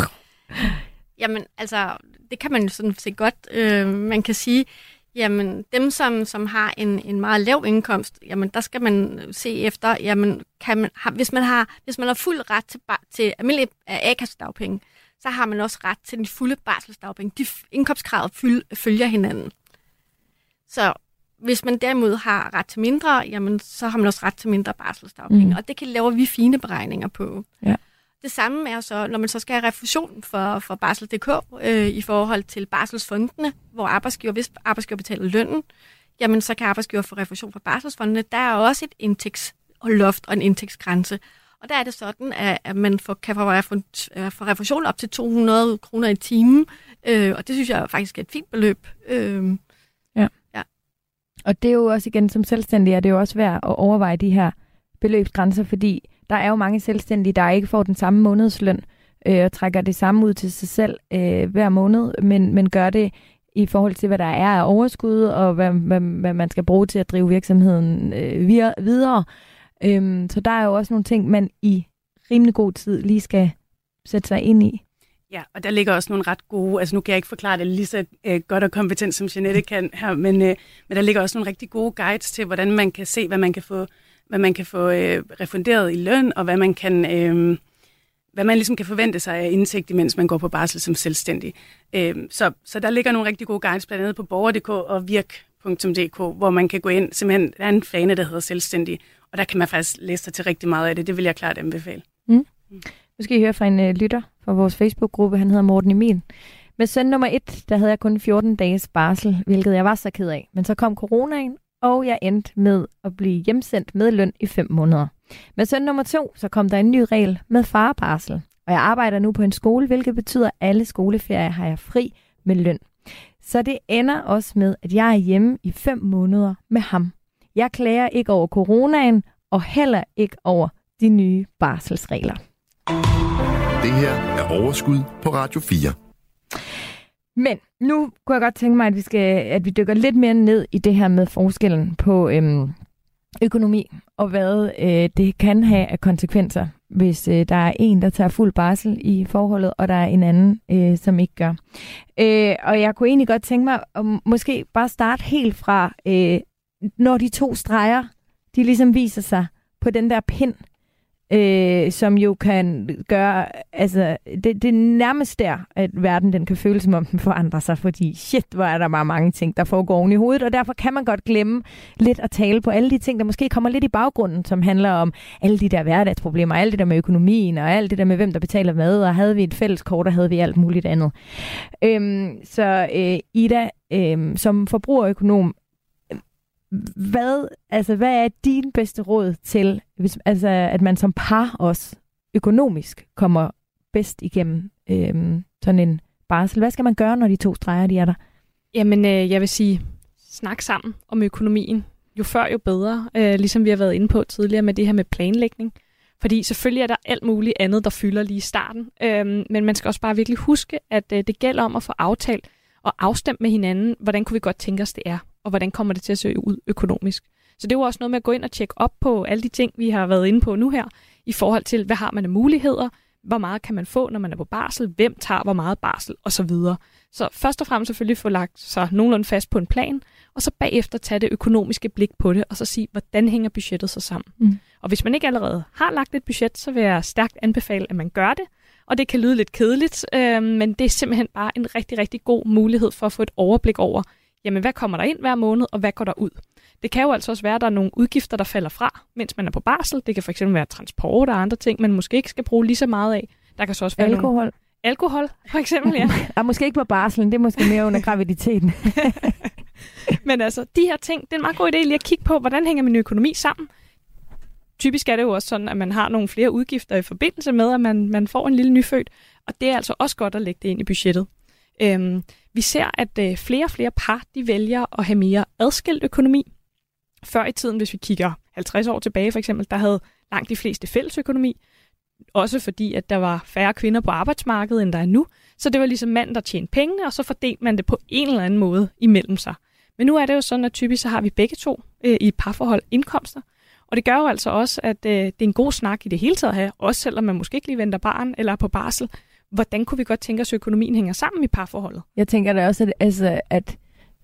Jamen, altså, det kan man jo sådan set godt. Man kan sige... Jamen, dem, som har en meget lav indkomst, jamen, der skal man se efter, jamen, hvis man har fuld ret til almindelig A-kassedagpenge, så har man også ret til de fulde barselsdagpenge. De indkomstkravet følger hinanden. Så hvis man derimod har ret til mindre, jamen, så har man også ret til mindre barselsdagpenge. Og det laver vi fine beregninger på. Ja. Det samme er så, når man så skal have refusion for Barsel.dk i forhold til barselsfondene, hvor hvis arbejdsgiver betaler lønnen, jamen så kan arbejdsgiver få refusion fra barselsfondene. Der er også et indtægtsloft og en indtægtsgrænse. Og der er det sådan, at man kan få refusion op til 200 kroner i timen, og det synes jeg faktisk er et fint beløb. Ja. Og det er jo også igen som selvstændig, er det jo også værd at overveje de her beløbsgrænser, fordi der er jo mange selvstændige, der ikke får den samme månedsløn og trækker det samme ud til sig selv hver måned, men gør det i forhold til, hvad der er af overskud, og hvad man skal bruge til at drive virksomheden videre. Så der er jo også nogle ting, man i rimelig god tid lige skal sætte sig ind i. Ja, og der ligger også nogle ret gode, altså nu kan jeg ikke forklare det lige så godt og kompetent, som Jeanette kan her, men der ligger også nogle rigtig gode guides til, hvordan man kan se, hvad man kan få refunderet i løn, og hvad man kan hvad man ligesom kan forvente sig af indtægt, imens man går på barsel som selvstændig. Så der ligger nogle rigtig gode guides, blandt andet på borger.dk og virk.dk, hvor man kan gå ind. Simpelthen, der er en fane, der hedder selvstændig, og der kan man faktisk læse sig til rigtig meget af det. Det vil jeg klart anbefale. Nu skal I høre fra en lytter fra vores Facebook-gruppe. Han hedder Morten Emil. Med søn nummer 1, der havde jeg kun 14 dages barsel, hvilket jeg var så ked af. Men så kom coronaen, og jeg endte med at blive hjemsendt med løn i 5 måneder. Med søn nummer 2, så kom der en ny regel med farbarsel. Og jeg arbejder nu på en skole, hvilket betyder, at alle skoleferier har jeg fri med løn. Så det ender også med, at jeg er hjemme i 5 måneder med ham. Jeg klager ikke over coronaen, og heller ikke over de nye barselsregler. Det her er Overskud på Radio 4. Men nu kunne jeg godt tænke mig, at vi dykker lidt mere ned i det her med forskellen på økonomi, og hvad det kan have af konsekvenser, hvis der er en, der tager fuld barsel i forholdet, og der er en anden, som ikke gør. Og jeg kunne egentlig godt tænke mig at måske bare starte helt fra, når de 2 streger, de ligesom viser sig på den der pind, som jo kan gøre, altså det er nærmest der, at verden den kan føles som om den forandrer sig, fordi shit, hvor er der bare mange ting, der foregår oven i hovedet, og derfor kan man godt glemme lidt at tale på alle de ting, der måske kommer lidt i baggrunden, som handler om alle de der hverdagsproblemer, alt det der med økonomien, og alt det der med, hvem der betaler hvad, og havde vi et fælleskort, og havde vi alt muligt andet. Så Ida, som forbrugerøkonom, hvad er din bedste råd til, at man som par også økonomisk kommer bedst igennem sådan en barsel? Hvad skal man gøre, når de 2 streger, de er der? Jamen, jeg vil sige, snak sammen om økonomien. Jo før, jo bedre. Ligesom vi har været inde på tidligere med det her med planlægning. Fordi selvfølgelig er der alt muligt andet, der fylder lige i starten. Men man skal også bare virkelig huske, at det gælder om at få aftalt og afstemt med hinanden, hvordan kunne vi godt tænke os, det er, og hvordan kommer det til at se ud økonomisk. Så det er jo også noget med at gå ind og tjekke op på alle de ting, vi har været inde på nu her, i forhold til, hvad har man af muligheder, hvor meget kan man få, når man er på barsel, hvem tager hvor meget barsel, osv. Så først og fremmest selvfølgelig få lagt sig nogenlunde fast på en plan, og så bagefter tage det økonomiske blik på det, og så sige, hvordan hænger budgettet så sammen. Og hvis man ikke allerede har lagt et budget, så vil jeg stærkt anbefale, at man gør det. Og det kan lyde lidt kedeligt, men det er simpelthen bare en rigtig, rigtig god mulighed for at få et overblik over, jamen hvad kommer der ind hver måned, og hvad går der ud? Det kan jo altså også være, at der er nogle udgifter, der falder fra, mens man er på barsel. Det kan fx være transport og andre ting, man måske ikke skal bruge lige så meget af. Der kan så også være alkohol, for eksempel, ja. Og måske ikke på barselen, det er måske mere under graviditeten. Men altså, de her ting, det er en meget god idé lige at kigge på, hvordan hænger min økonomi sammen. Typisk er det jo også sådan, at man har nogle flere udgifter i forbindelse med, at man får en lille nyfødt, og det er altså også godt at lægge det ind i budgettet. Vi ser, at flere og flere par, de vælger at have mere adskilt økonomi. Før i tiden, hvis vi kigger 50 år tilbage for eksempel, der havde langt de fleste fælles økonomi, også fordi, at der var færre kvinder på arbejdsmarkedet, end der er nu. Så det var ligesom manden, der tjente pengene, og så fordelte man det på en eller anden måde imellem sig. Men nu er det jo sådan, at typisk så har vi begge to i et parforhold indkomster. Og det gør jo altså også, at det er en god snak i det hele taget at have, også selvom man måske ikke lige venter barn eller er på barsel. Hvordan kunne vi godt tænke os, at økonomien hænger sammen i parforholdet? Jeg tænker da også, at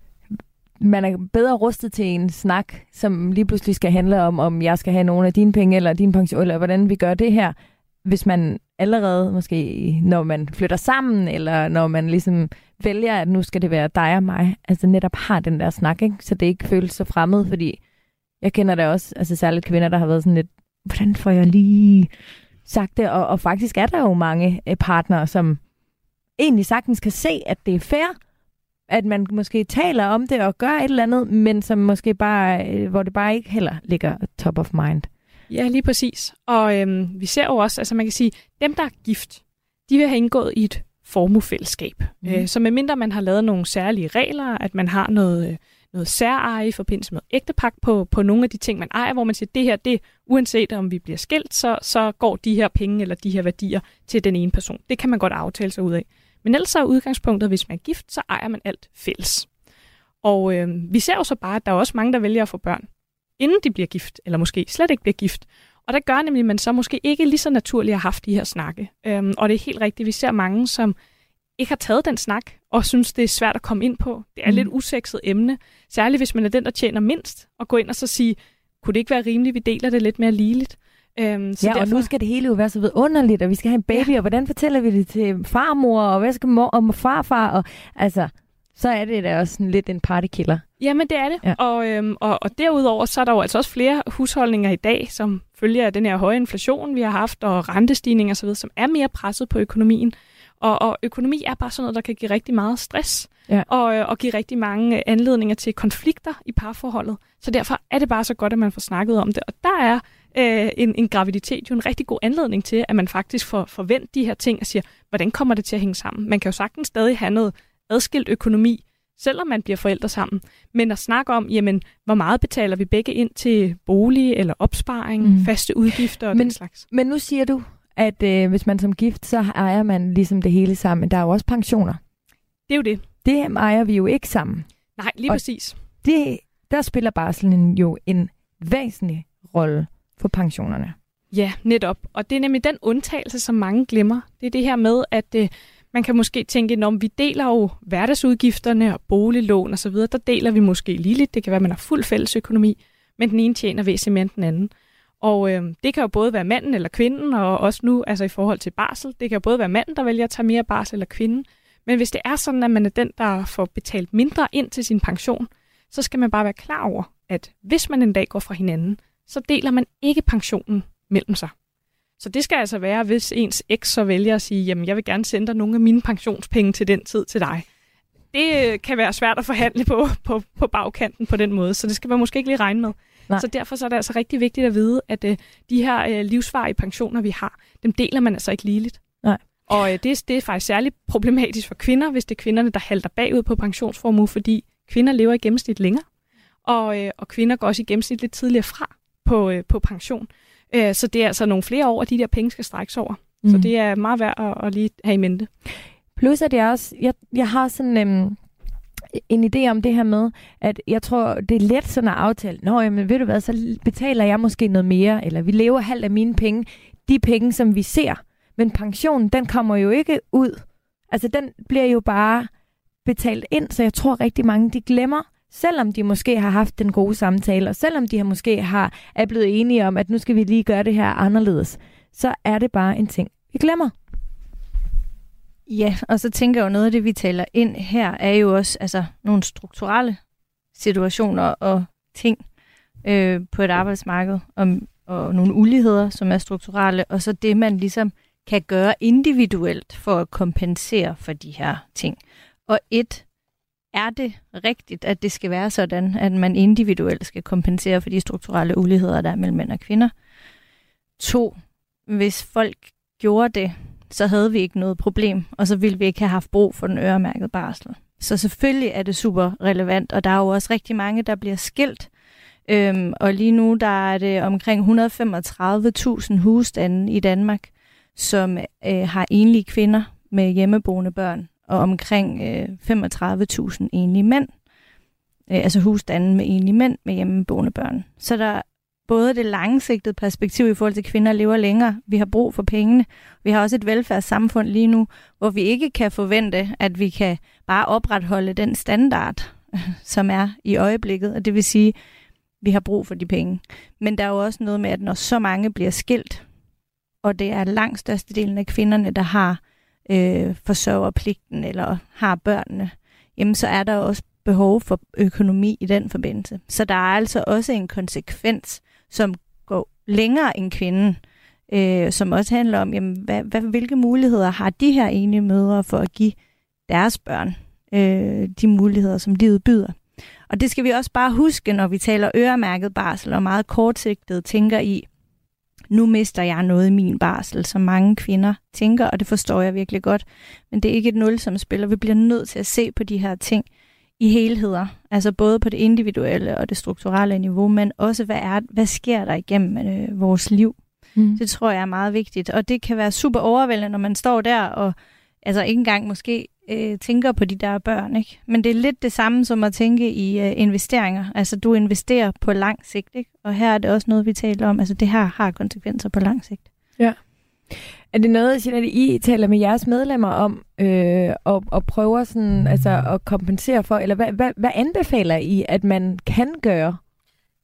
man er bedre rustet til en snak, som lige pludselig skal handle om jeg skal have nogle af dine penge, eller din pension, eller hvordan vi gør det her, hvis man allerede måske, når man flytter sammen, eller når man ligesom vælger, at nu skal det være dig og mig, altså netop har den der snak, ikke? Så det ikke føles så fremmed, fordi jeg kender da også, altså særligt kvinder, der har været sådan lidt, hvordan får jeg lige sagt det? Og faktisk er der jo mange partnere, som egentlig sagtens kan se, at det er fair, at man måske taler om det og gør et eller andet, men som måske bare, hvor det bare ikke heller ligger top of mind. Ja, lige præcis. Og vi ser jo også, altså man kan sige, dem der er gift, de vil have indgået i et formuefællesskab. Så medmindre man har lavet nogle særlige regler, at man har noget særeje i forbindelse med ægtepagt på nogle af de ting, man ejer, hvor man siger, det her, det uanset om vi bliver skilt, så går de her penge eller de her værdier til den ene person. Det kan man godt aftale sig ud af. Men ellers er udgangspunktet, hvis man er gift, så ejer man alt fælles. Og vi ser jo så bare, at der er også mange, der vælger at få børn, inden de bliver gift, eller måske slet ikke bliver gift. Og der gør nemlig, at man så måske ikke lige så naturligt har haft de her snakke. Og det er helt rigtigt, vi ser mange, som ikke har taget den snak, og synes, det er svært at komme ind på. Det er lidt usekset emne, særligt hvis man er den, der tjener mindst, og gå ind og så sige, kunne det ikke være rimeligt, vi deler det lidt mere ligeligt? Og nu skal det hele jo være så vidunderligt, og vi skal have en baby, og hvordan fortæller vi det til farmor, og hvad skal mor og farfar, og altså, så er det da også lidt en partykiller. Jamen, det er det. Ja. Og derudover, så er der jo altså også flere husholdninger i dag, som følger af den her høje inflation, vi har haft, og rentestigning og så videre, som er mere presset på økonomien. Og økonomi er bare sådan noget, der kan give rigtig meget stress, og give rigtig mange anledninger til konflikter i parforholdet. Så derfor er det bare så godt, at man får snakket om det. Og der er en graviditet jo en rigtig god anledning til, at man faktisk får forventet de her ting og siger, hvordan kommer det til at hænge sammen? Man kan jo sagtens stadig have noget adskilt økonomi, selvom man bliver forældre sammen. Men at snakke om, jamen, hvor meget betaler vi begge ind til bolig eller opsparing, faste udgifter og den slags. Men nu siger du, at hvis man som gift, så ejer man ligesom det hele sammen. Der er jo også pensioner. Det er jo det. Det ejer vi jo ikke sammen. Nej, lige præcis. Der spiller barslen jo en væsentlig rolle for pensionerne. Ja, netop. Og det er nemlig den undtagelse, som mange glemmer. Det er det her med, at man kan måske tænke, når vi deler jo hverdagsudgifterne og boliglån og så videre, der deler vi måske ligeligt. Det kan være, at man har fuld fælles økonomi, men den ene tjener væsentligt mere end den anden. Og det kan jo både være manden eller kvinden, og også nu altså i forhold til barsel. Det kan jo både være manden, der vælger at tage mere barsel, eller kvinden. Men hvis det er sådan, at man er den, der får betalt mindre ind til sin pension, så skal man bare være klar over, at hvis man en dag går fra hinanden, så deler man ikke pensionen mellem sig. Så det skal altså være, hvis ens eks så vælger at sige, jamen jeg vil gerne sende dig nogle af mine pensionspenge til den tid til dig. Det kan være svært at forhandle på bagkanten på den måde, så det skal man måske ikke lige regne med. Nej. Så derfor så er det altså rigtig vigtigt at vide, at de her livsvarige pensioner, vi har, dem deler man altså ikke ligeligt. Nej. Og det er faktisk særligt problematisk for kvinder, hvis det er kvinderne, der halter bagud på pensionsformue, fordi kvinder lever i gennemsnit længere, og kvinder går også i gennemsnit lidt tidligere fra på pension. Så det er altså nogle flere år, at de der penge skal strækkes over. Så det er meget værd at lige have i mente. Plus at jeg har sådan en idé om det her med, at jeg tror, det er let sådan at aftale. Nå, jamen ved du hvad, så betaler jeg måske noget mere, eller vi lever halvt af mine penge. De penge, som vi ser. Men pensionen, den kommer jo ikke ud. Altså, den bliver jo bare betalt ind, så jeg tror rigtig mange, de glemmer, selvom de måske har haft den gode samtale, og selvom de måske er blevet enige om, at nu skal vi lige gøre det her anderledes, så er det bare en ting, vi glemmer. Ja, og så tænker jeg jo, noget af det, vi taler ind her, er jo også altså, nogle strukturelle situationer og ting på et arbejdsmarked, og nogle uligheder, som er strukturelle, og så det, man ligesom kan gøre individuelt for at kompensere for de her ting. Og er det rigtigt, at det skal være sådan, at man individuelt skal kompensere for de strukturelle uligheder, der er mellem mænd og kvinder? 2, hvis folk gjorde det, så havde vi ikke noget problem, og så ville vi ikke have haft brug for den øremærkede barsel. Så selvfølgelig er det super relevant, og der er jo også rigtig mange, der bliver skilt. Og lige nu der er det omkring 135.000 husstande i Danmark, som har enlige kvinder med hjemmeboende børn, og omkring 35.000 enlige mænd. Altså husstande med enlige mænd med hjemmeboende børn. Så der er både det langsigtede perspektiv i forhold til, at kvinder lever længere. Vi har brug for pengene. Vi har også et velfærdssamfund lige nu, hvor vi ikke kan forvente, at vi kan bare opretholde den standard, som er i øjeblikket. Og det vil sige, vi har brug for de penge. Men der er jo også noget med, at når så mange bliver skilt, og det er langt størstedelen af kvinderne, der har forsørgerpligten eller har børnene, jamen så er der også behov for økonomi i den forbindelse. Så der er altså også en konsekvens, som går længere end kvinden, som også handler om, jamen, hvilke muligheder har de her enlige mødre for at give deres børn de muligheder, som livet byder. Og det skal vi også bare huske, når vi taler øremærket barsel og meget kortsigtet tænker i, nu mister jeg noget i min barsel, som mange kvinder tænker, og det forstår jeg virkelig godt. Men det er ikke et nulsumsspil, og vi bliver nødt til at se på de her ting i helheder. Altså både på det individuelle og det strukturelle niveau, men også hvad sker der igennem vores liv. Det tror jeg er meget vigtigt. Og det kan være super overvældende, når man står der og altså ikke engang måske tænker på de der børn, ikke? Men det er lidt det samme som at tænke i investeringer. Altså du investerer på lang sigt, ikke? Og her er det også noget, vi taler om. Altså det her har konsekvenser på lang sigt. Ja. Er det noget, Jeanette, I taler med jeres medlemmer om og prøver sådan, altså, at kompensere for? Eller hvad anbefaler I, at man kan gøre?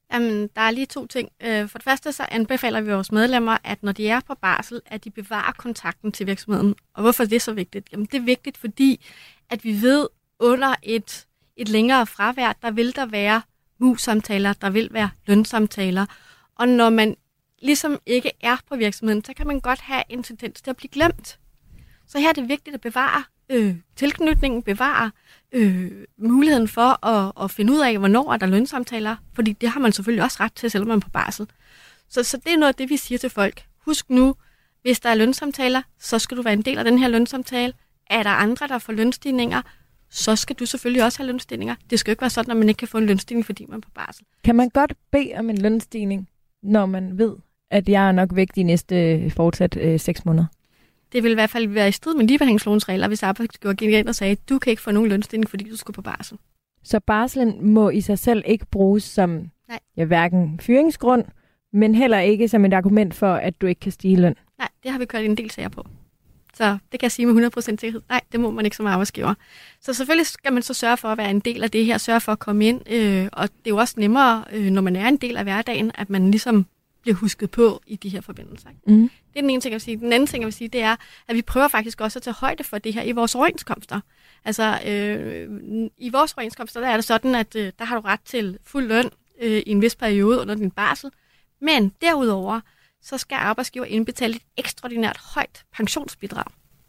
Jamen, der er lige 2 ting. For det første så anbefaler vi vores medlemmer, at når de er på barsel, at de bevarer kontakten til virksomheden. Og hvorfor er det så vigtigt? Jamen, det er vigtigt, fordi at vi ved, under et længere fravær, der vil der være mus-samtaler, der vil være lønsamtaler. Og når man ligesom ikke er på virksomheden, så kan man godt have en tendens til at blive glemt. Så her er det vigtigt at bevare tilknytningen, bevare muligheden for at finde ud af, hvornår er der lønsamtaler, fordi det har man selvfølgelig også ret til, selvom man er på barsel. Så det er noget af det, vi siger til folk. Husk nu, hvis der er lønsamtaler, så skal du være en del af den her lønsamtale. Er der andre, der får lønstigninger, så skal du selvfølgelig også have lønstigninger. Det skal jo ikke være sådan, at man ikke kan få en lønstigning, fordi man er på barsel. Kan man godt bede om en lønstigning, når man ved, at jeg er nok væk de næste fortsat 6 måneder? Det vil i hvert fald være i strid med ligebehandlingslovens regler, hvis arbejdsgiver gik ind og sagde, at du kan ikke få nogen lønstigning, fordi du skal på barsel. Så barslen må i sig selv ikke bruges som hverken fyringsgrund, men heller ikke som et argument for, at du ikke kan stige løn? Nej, det har vi kørt en del sager på. Så det kan jeg sige med 100% sikkerhed. Nej, det må man ikke som arbejdsgiver. Så selvfølgelig skal man så sørge for at være en del af det her, sørge for at komme ind. Og det er jo også nemmere, når man er en del af hverdagen, at man ligesom bliver husket på i de her forbindelser. Mm. Det er den ene ting, jeg vil sige. Den anden ting, jeg vil sige, det er, at vi prøver faktisk også at tage højde for det her i vores overenskomster. Altså, i vores overenskomster, der er det sådan, at der har du ret til fuld løn i en vis periode under din barsel. Men derudover, så skal arbejdsgiver indbetale et ekstraordinært højt pensionsbidrag.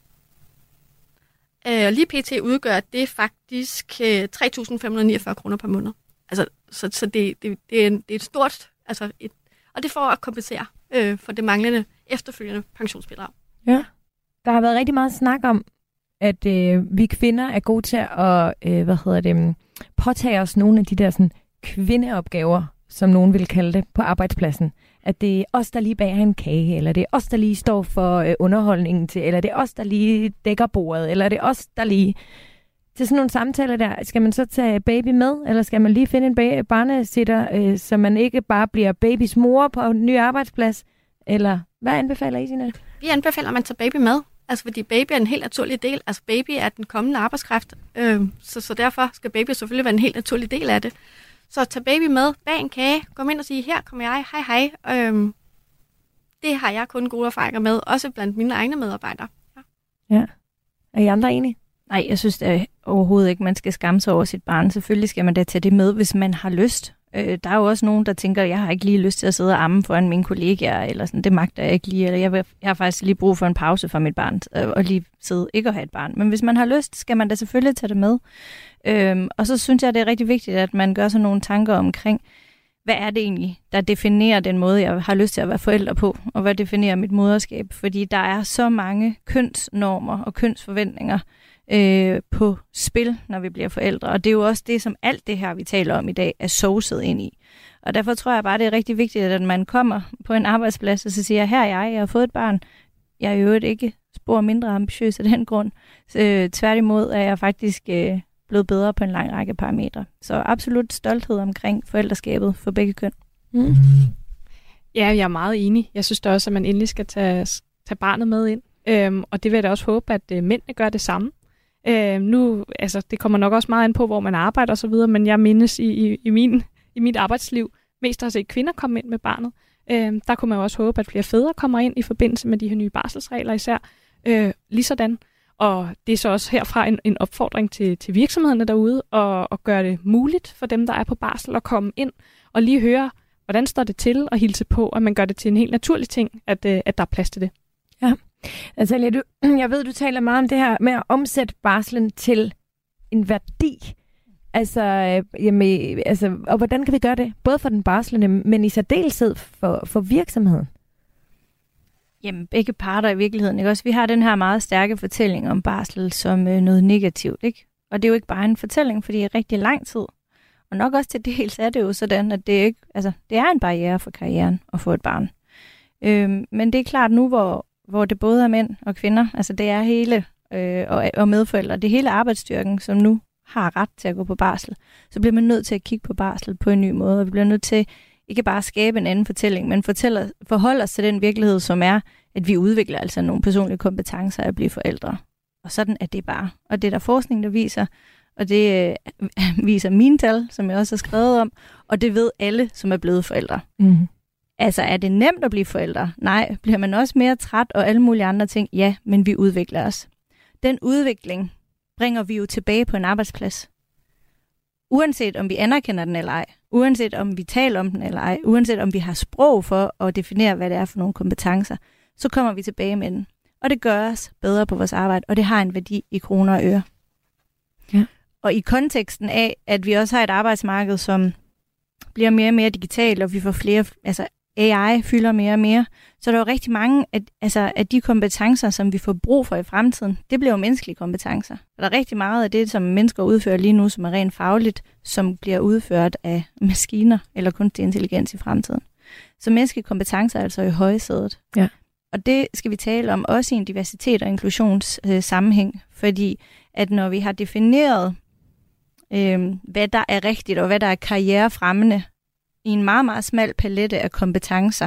Lige pt. Udgør det faktisk 3.549 kroner per måned. Altså, så det er et stort, altså og det for at kompensere for det manglende efterfølgende pensionsbidrag. Ja, der har været rigtig meget snak om, at vi kvinder er gode til at påtage os nogle af de der sådan, kvindeopgaver, som nogen vil kalde det, på arbejdspladsen. At det er os, der lige bager en kage, eller det er os, der lige står for underholdningen til, eller det er os, der lige dækker bordet, eller det er os, der lige... Til sådan nogle samtaler der, skal man så tage baby med, eller skal man lige finde en barnesitter, så man ikke bare bliver babys mor på en ny arbejdsplads? Eller hvad anbefaler I, Signe? Vi anbefaler, at man tager baby med, altså fordi baby er en helt naturlig del. Altså baby er den kommende arbejdskraft, så derfor skal baby selvfølgelig være en helt naturlig del af det. Så tag baby med, bag en kage, kom ind og sige, her kommer jeg, hej. Det har jeg kun gode erfaringer med, også blandt mine egne medarbejdere. Ja. Er I andre enige? Nej, jeg synes da overhovedet ikke, man skal skamme sig over sit barn. Selvfølgelig skal man da tage det med, hvis man har lyst. Der er jo også nogen, der tænker, jeg har ikke lige lyst til at sidde og amme foran mine kollegaer, eller sådan, det magter jeg ikke lige, eller jeg har faktisk lige brug for en pause fra mit barn, og lige sidde ikke at have et barn. Men hvis man har lyst, skal man da selvfølgelig tage det med. Og så synes jeg, det er rigtig vigtigt, at man gør sig nogle tanker omkring, hvad er det egentlig, der definerer den måde, jeg har lyst til at være forælder på, og hvad definerer mit moderskab? Fordi der er så mange kønsnormer og kønsforventninger på spil, når vi bliver forældre. Og det er jo også det, som alt det her, vi taler om i dag, er sovset ind i. Og derfor tror jeg bare, det er rigtig vigtigt, at man kommer på en arbejdsplads, og så siger, her er jeg har fået et barn. Jeg er i øvrigt ikke spor mindre ambitiøs af den grund. Tværtimod er jeg faktisk blevet bedre på en lang række parametre. Så absolut stolthed omkring forældreskabet for begge køn. Mm. Ja, jeg er meget enig. Jeg synes da også, at man endelig skal tage barnet med ind. Og det vil jeg da også håbe, at mændene gør det samme. Nu, altså, det kommer nok også meget an på, hvor man arbejder og så videre, men jeg mindes i mit arbejdsliv mest at se kvinder komme ind med barnet. Der kunne man jo også håbe, at flere fædre kommer ind i forbindelse med de her nye barselsregler især. Ligesådan. Og det er så også herfra en opfordring til virksomhederne derude og gøre det muligt for dem, der er på barsel, at komme ind og lige høre, hvordan står det til, og hilse på, at man gør det til en helt naturlig ting, at der er plads til det. Ja. Altså, jeg ved, du taler meget om det her med at omsætte barslen til en værdi. Altså, og hvordan kan vi gøre det? Både for den barslende, men i særdeleshed for virksomheden. Jamen, begge parter i virkeligheden, ikke også? Vi har den her meget stærke fortælling om barsel som noget negativt, ikke? Og det er jo ikke bare en fortælling, fordi i rigtig lang tid, og nok også til dels er det jo sådan, at det er en barriere for karrieren at få et barn. Men det er klart nu, hvor det både er mænd og kvinder, altså det er hele, og medforældre, det er hele arbejdsstyrken, som nu har ret til at gå på barsel, så bliver man nødt til at kigge på barsel på en ny måde, og vi bliver nødt til ikke bare at skabe en anden fortælling, men forholde os til den virkelighed, som er, at vi udvikler altså nogle personlige kompetencer at blive forældre. Og sådan er det bare. Og det er der forskning, der viser, og det viser mine tal, som jeg også har skrevet om, og det ved alle, som er blevet forældre. Mm. Altså, er det nemt at blive forældre? Nej. Bliver man også mere træt og alle mulige andre ting? Ja, men vi udvikler os. Den udvikling bringer vi jo tilbage på en arbejdsplads. Uanset om vi anerkender den eller ej, uanset om vi taler om den eller ej, uanset om vi har sprog for at definere, hvad det er for nogle kompetencer, så kommer vi tilbage med den. Og det gør os bedre på vores arbejde, og det har en værdi i kroner og øre. Ja. Og i konteksten af, at vi også har et arbejdsmarked, som bliver mere og mere digitalt, og vi får flere, altså AI fylder mere og mere, så er der jo rigtig mange af de kompetencer, som vi får brug for i fremtiden, det bliver jo menneskelige kompetencer. Og der er rigtig meget af det, som mennesker udfører lige nu, som er rent fagligt, som bliver udført af maskiner eller kunstig intelligens i fremtiden. Så menneskelige kompetencer er altså i højsædet. Ja. Og det skal vi tale om også i en diversitet- og inklusionssammenhæng, fordi at når vi har defineret, hvad der er rigtigt og hvad der er karrierefremmende, i en meget, meget smal palette af kompetencer,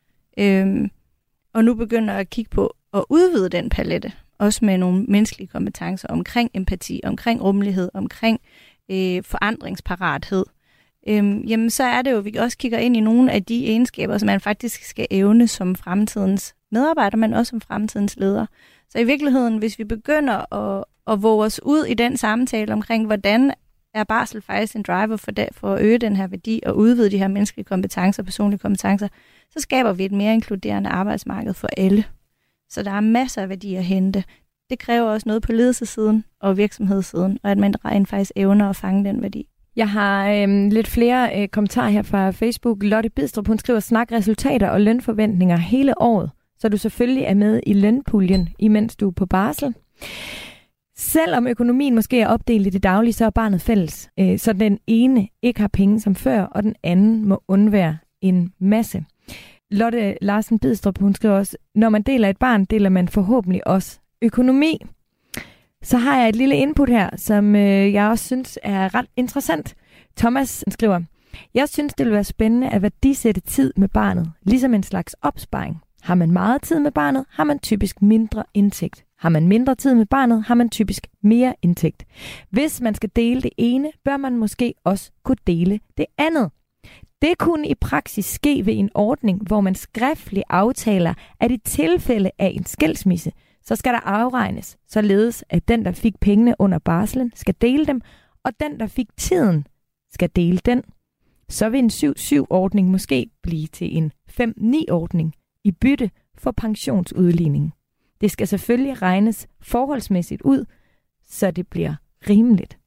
og nu begynder at kigge på at udvide den palette, også med nogle menneskelige kompetencer omkring empati, omkring rummelighed, omkring forandringsparathed, jamen så er det jo, at vi også kigger ind i nogle af de egenskaber, som man faktisk skal evne som fremtidens medarbejder, men også som fremtidens leder. Så i virkeligheden, hvis vi begynder at våge os ud i den samtale omkring, hvordan er barsel faktisk en driver for at øge den her værdi og udvide de her menneskelige kompetencer, personlige kompetencer, så skaber vi et mere inkluderende arbejdsmarked for alle. Så der er masser af værdi at hente. Det kræver også noget på ledelsessiden og virksomhedssiden, og at man rent faktisk evner at fange den værdi. Jeg har lidt flere kommentarer her fra Facebook. Lotte Bidstrup, hun skriver, snak resultater og lønforventninger hele året, så du selvfølgelig er med i lønpuljen, imens du er på barsel. Selvom økonomien måske er opdelt i det daglige, så er barnet fælles. Så den ene ikke har penge som før, og den anden må undvære en masse. Lotte Larsen Bidstrup, hun skriver også, når man deler et barn, deler man forhåbentlig også økonomi. Så har jeg et lille input her, som jeg også synes er ret interessant. Thomas skriver, jeg synes, det vil være spændende at værdisætte tid med barnet, ligesom en slags opsparing. Har man meget tid med barnet, har man typisk mindre indtægt. Har man mindre tid med barnet, har man typisk mere indtægt. Hvis man skal dele det ene, bør man måske også kunne dele det andet. Det kunne i praksis ske ved en ordning, hvor man skriftligt aftaler, at i tilfælde af en skilsmisse, så skal der afregnes, således at den, der fik pengene under barslen, skal dele dem, og den, der fik tiden, skal dele den. Så vil en 7-7-ordning måske blive til en 5-9-ordning i bytte for pensionsudligning. Det skal selvfølgelig regnes forholdsmæssigt ud, så det bliver rimeligt.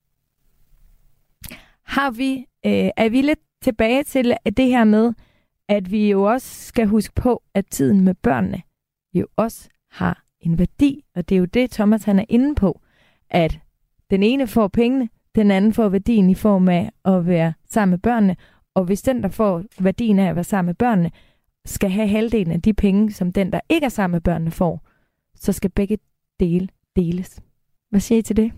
Er vi lidt tilbage til det her med, at vi jo også skal huske på, at tiden med børnene jo også har en værdi, og det er jo det, Thomas han er inde på, at den ene får pengene, den anden får værdien i form af at være sammen med børnene, og hvis den, der får værdien af at være sammen med børnene, skal have halvdelen af de penge, som den, der ikke er sammen med børnene, får, så skal begge dele deles. Hvad siger I til det?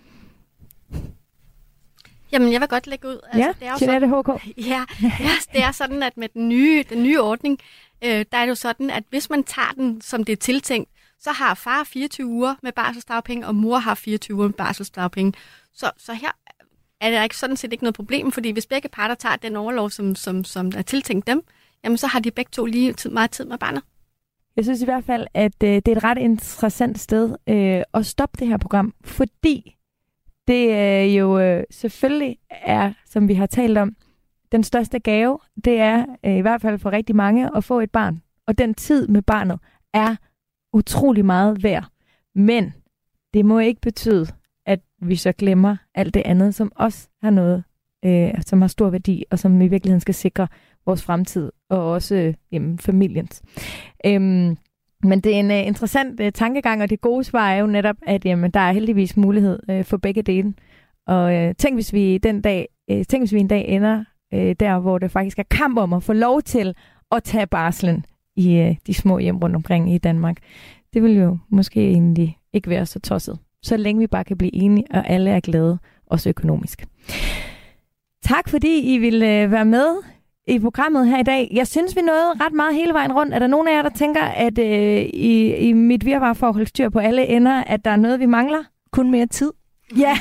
Jamen, jeg vil godt lægge ud. Altså, det er jo Jeanette HK. Ja, det er sådan, at med den nye ordning, der er det jo sådan, at hvis man tager den, som det er tiltænkt, så har far 24 uger med barselsdagpenge, og mor har 24 uger med barselsdagpenge. Så her er der sådan set ikke noget problem, fordi hvis begge parter tager den overlov, som er tiltænkt dem, jamen så har de begge to lige meget tid med barnet. Jeg synes i hvert fald, at det er et ret interessant sted at stoppe det her program, fordi det jo selvfølgelig er, som vi har talt om, den største gave, det er i hvert fald for rigtig mange at få et barn. Og den tid med barnet er utrolig meget værd. Men det må ikke betyde, at vi så glemmer alt det andet, som også har noget, som har stor værdi, og som i virkeligheden skal sikre vores fremtid, og også familiens. Men det er en interessant tankegang, og det gode svar er jo netop, at der er heldigvis mulighed for begge dele. Og tænk, hvis vi en dag ender der, hvor det faktisk er kamp om at få lov til at tage barslen i de små hjem rundt omkring i Danmark. Det vil jo måske egentlig ikke være så tosset, så længe vi bare kan blive enige, og alle er glade, også økonomisk. Tak fordi I ville være med i programmet her i dag. Jeg synes, vi nåede ret meget hele vejen rundt. Er der nogen af jer, der tænker, at i mit virvar for at holde styr på alle ender, at der er noget, vi mangler? Kun mere tid. Ja.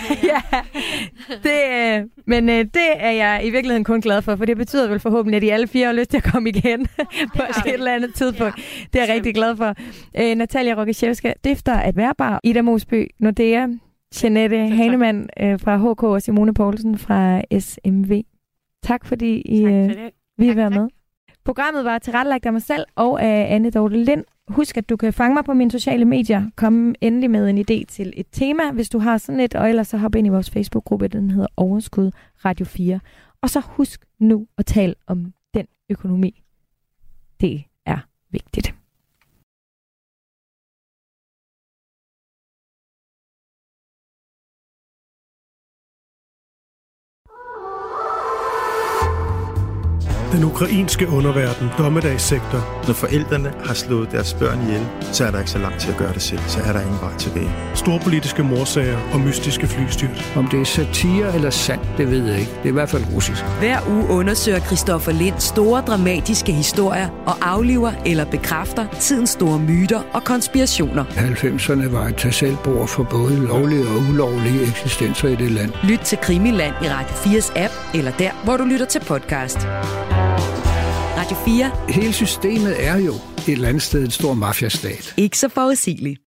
Det er jeg i virkeligheden kun glad for det betyder vel forhåbentlig, at I alle 4 har lyst til at komme igen på et eller andet tidspunkt. Det er jeg rigtig glad for. Natalia Rogiszewska, stifter af Værbar, Ida Mosby, Nordea, Jeanette Hanemann fra HK og Simone Poulsen fra SMV. Tak fordi I vil være med. Programmet var tilrettelagt af mig selv og af Anne Dorte Lind. Husk, at du kan fange mig på mine sociale medier. Kom endelig med en idé til et tema, hvis du har sådan et, og ellers så hop ind i vores Facebook-gruppe, den hedder Overskud Radio 4. Og så husk nu at tale om den økonomi. Det er vigtigt. Den ukrainske underverden, dommedagssektor. Når forældrene har slået deres børn ihjel, så er der ikke så langt til at gøre det selv. Så er der ingen vej tilbage. Storpolitiske morsager og mystiske flystyrt. Om det er satire eller sandt, det ved jeg ikke. Det er i hvert fald russisk. Hver uge undersøger Christoffer Lind store dramatiske historier og afliver eller bekræfter tidens store myter og konspirationer. 90'erne var et tag selv-bord for både lovlige og ulovlige eksistenser i det land. Lyt til Krimiland i Radio 4's app, eller der, hvor du lytter til podcast. Radio 4. Hele systemet er jo et eller andet sted en stor mafiastat. Ikke så forudsigeligt.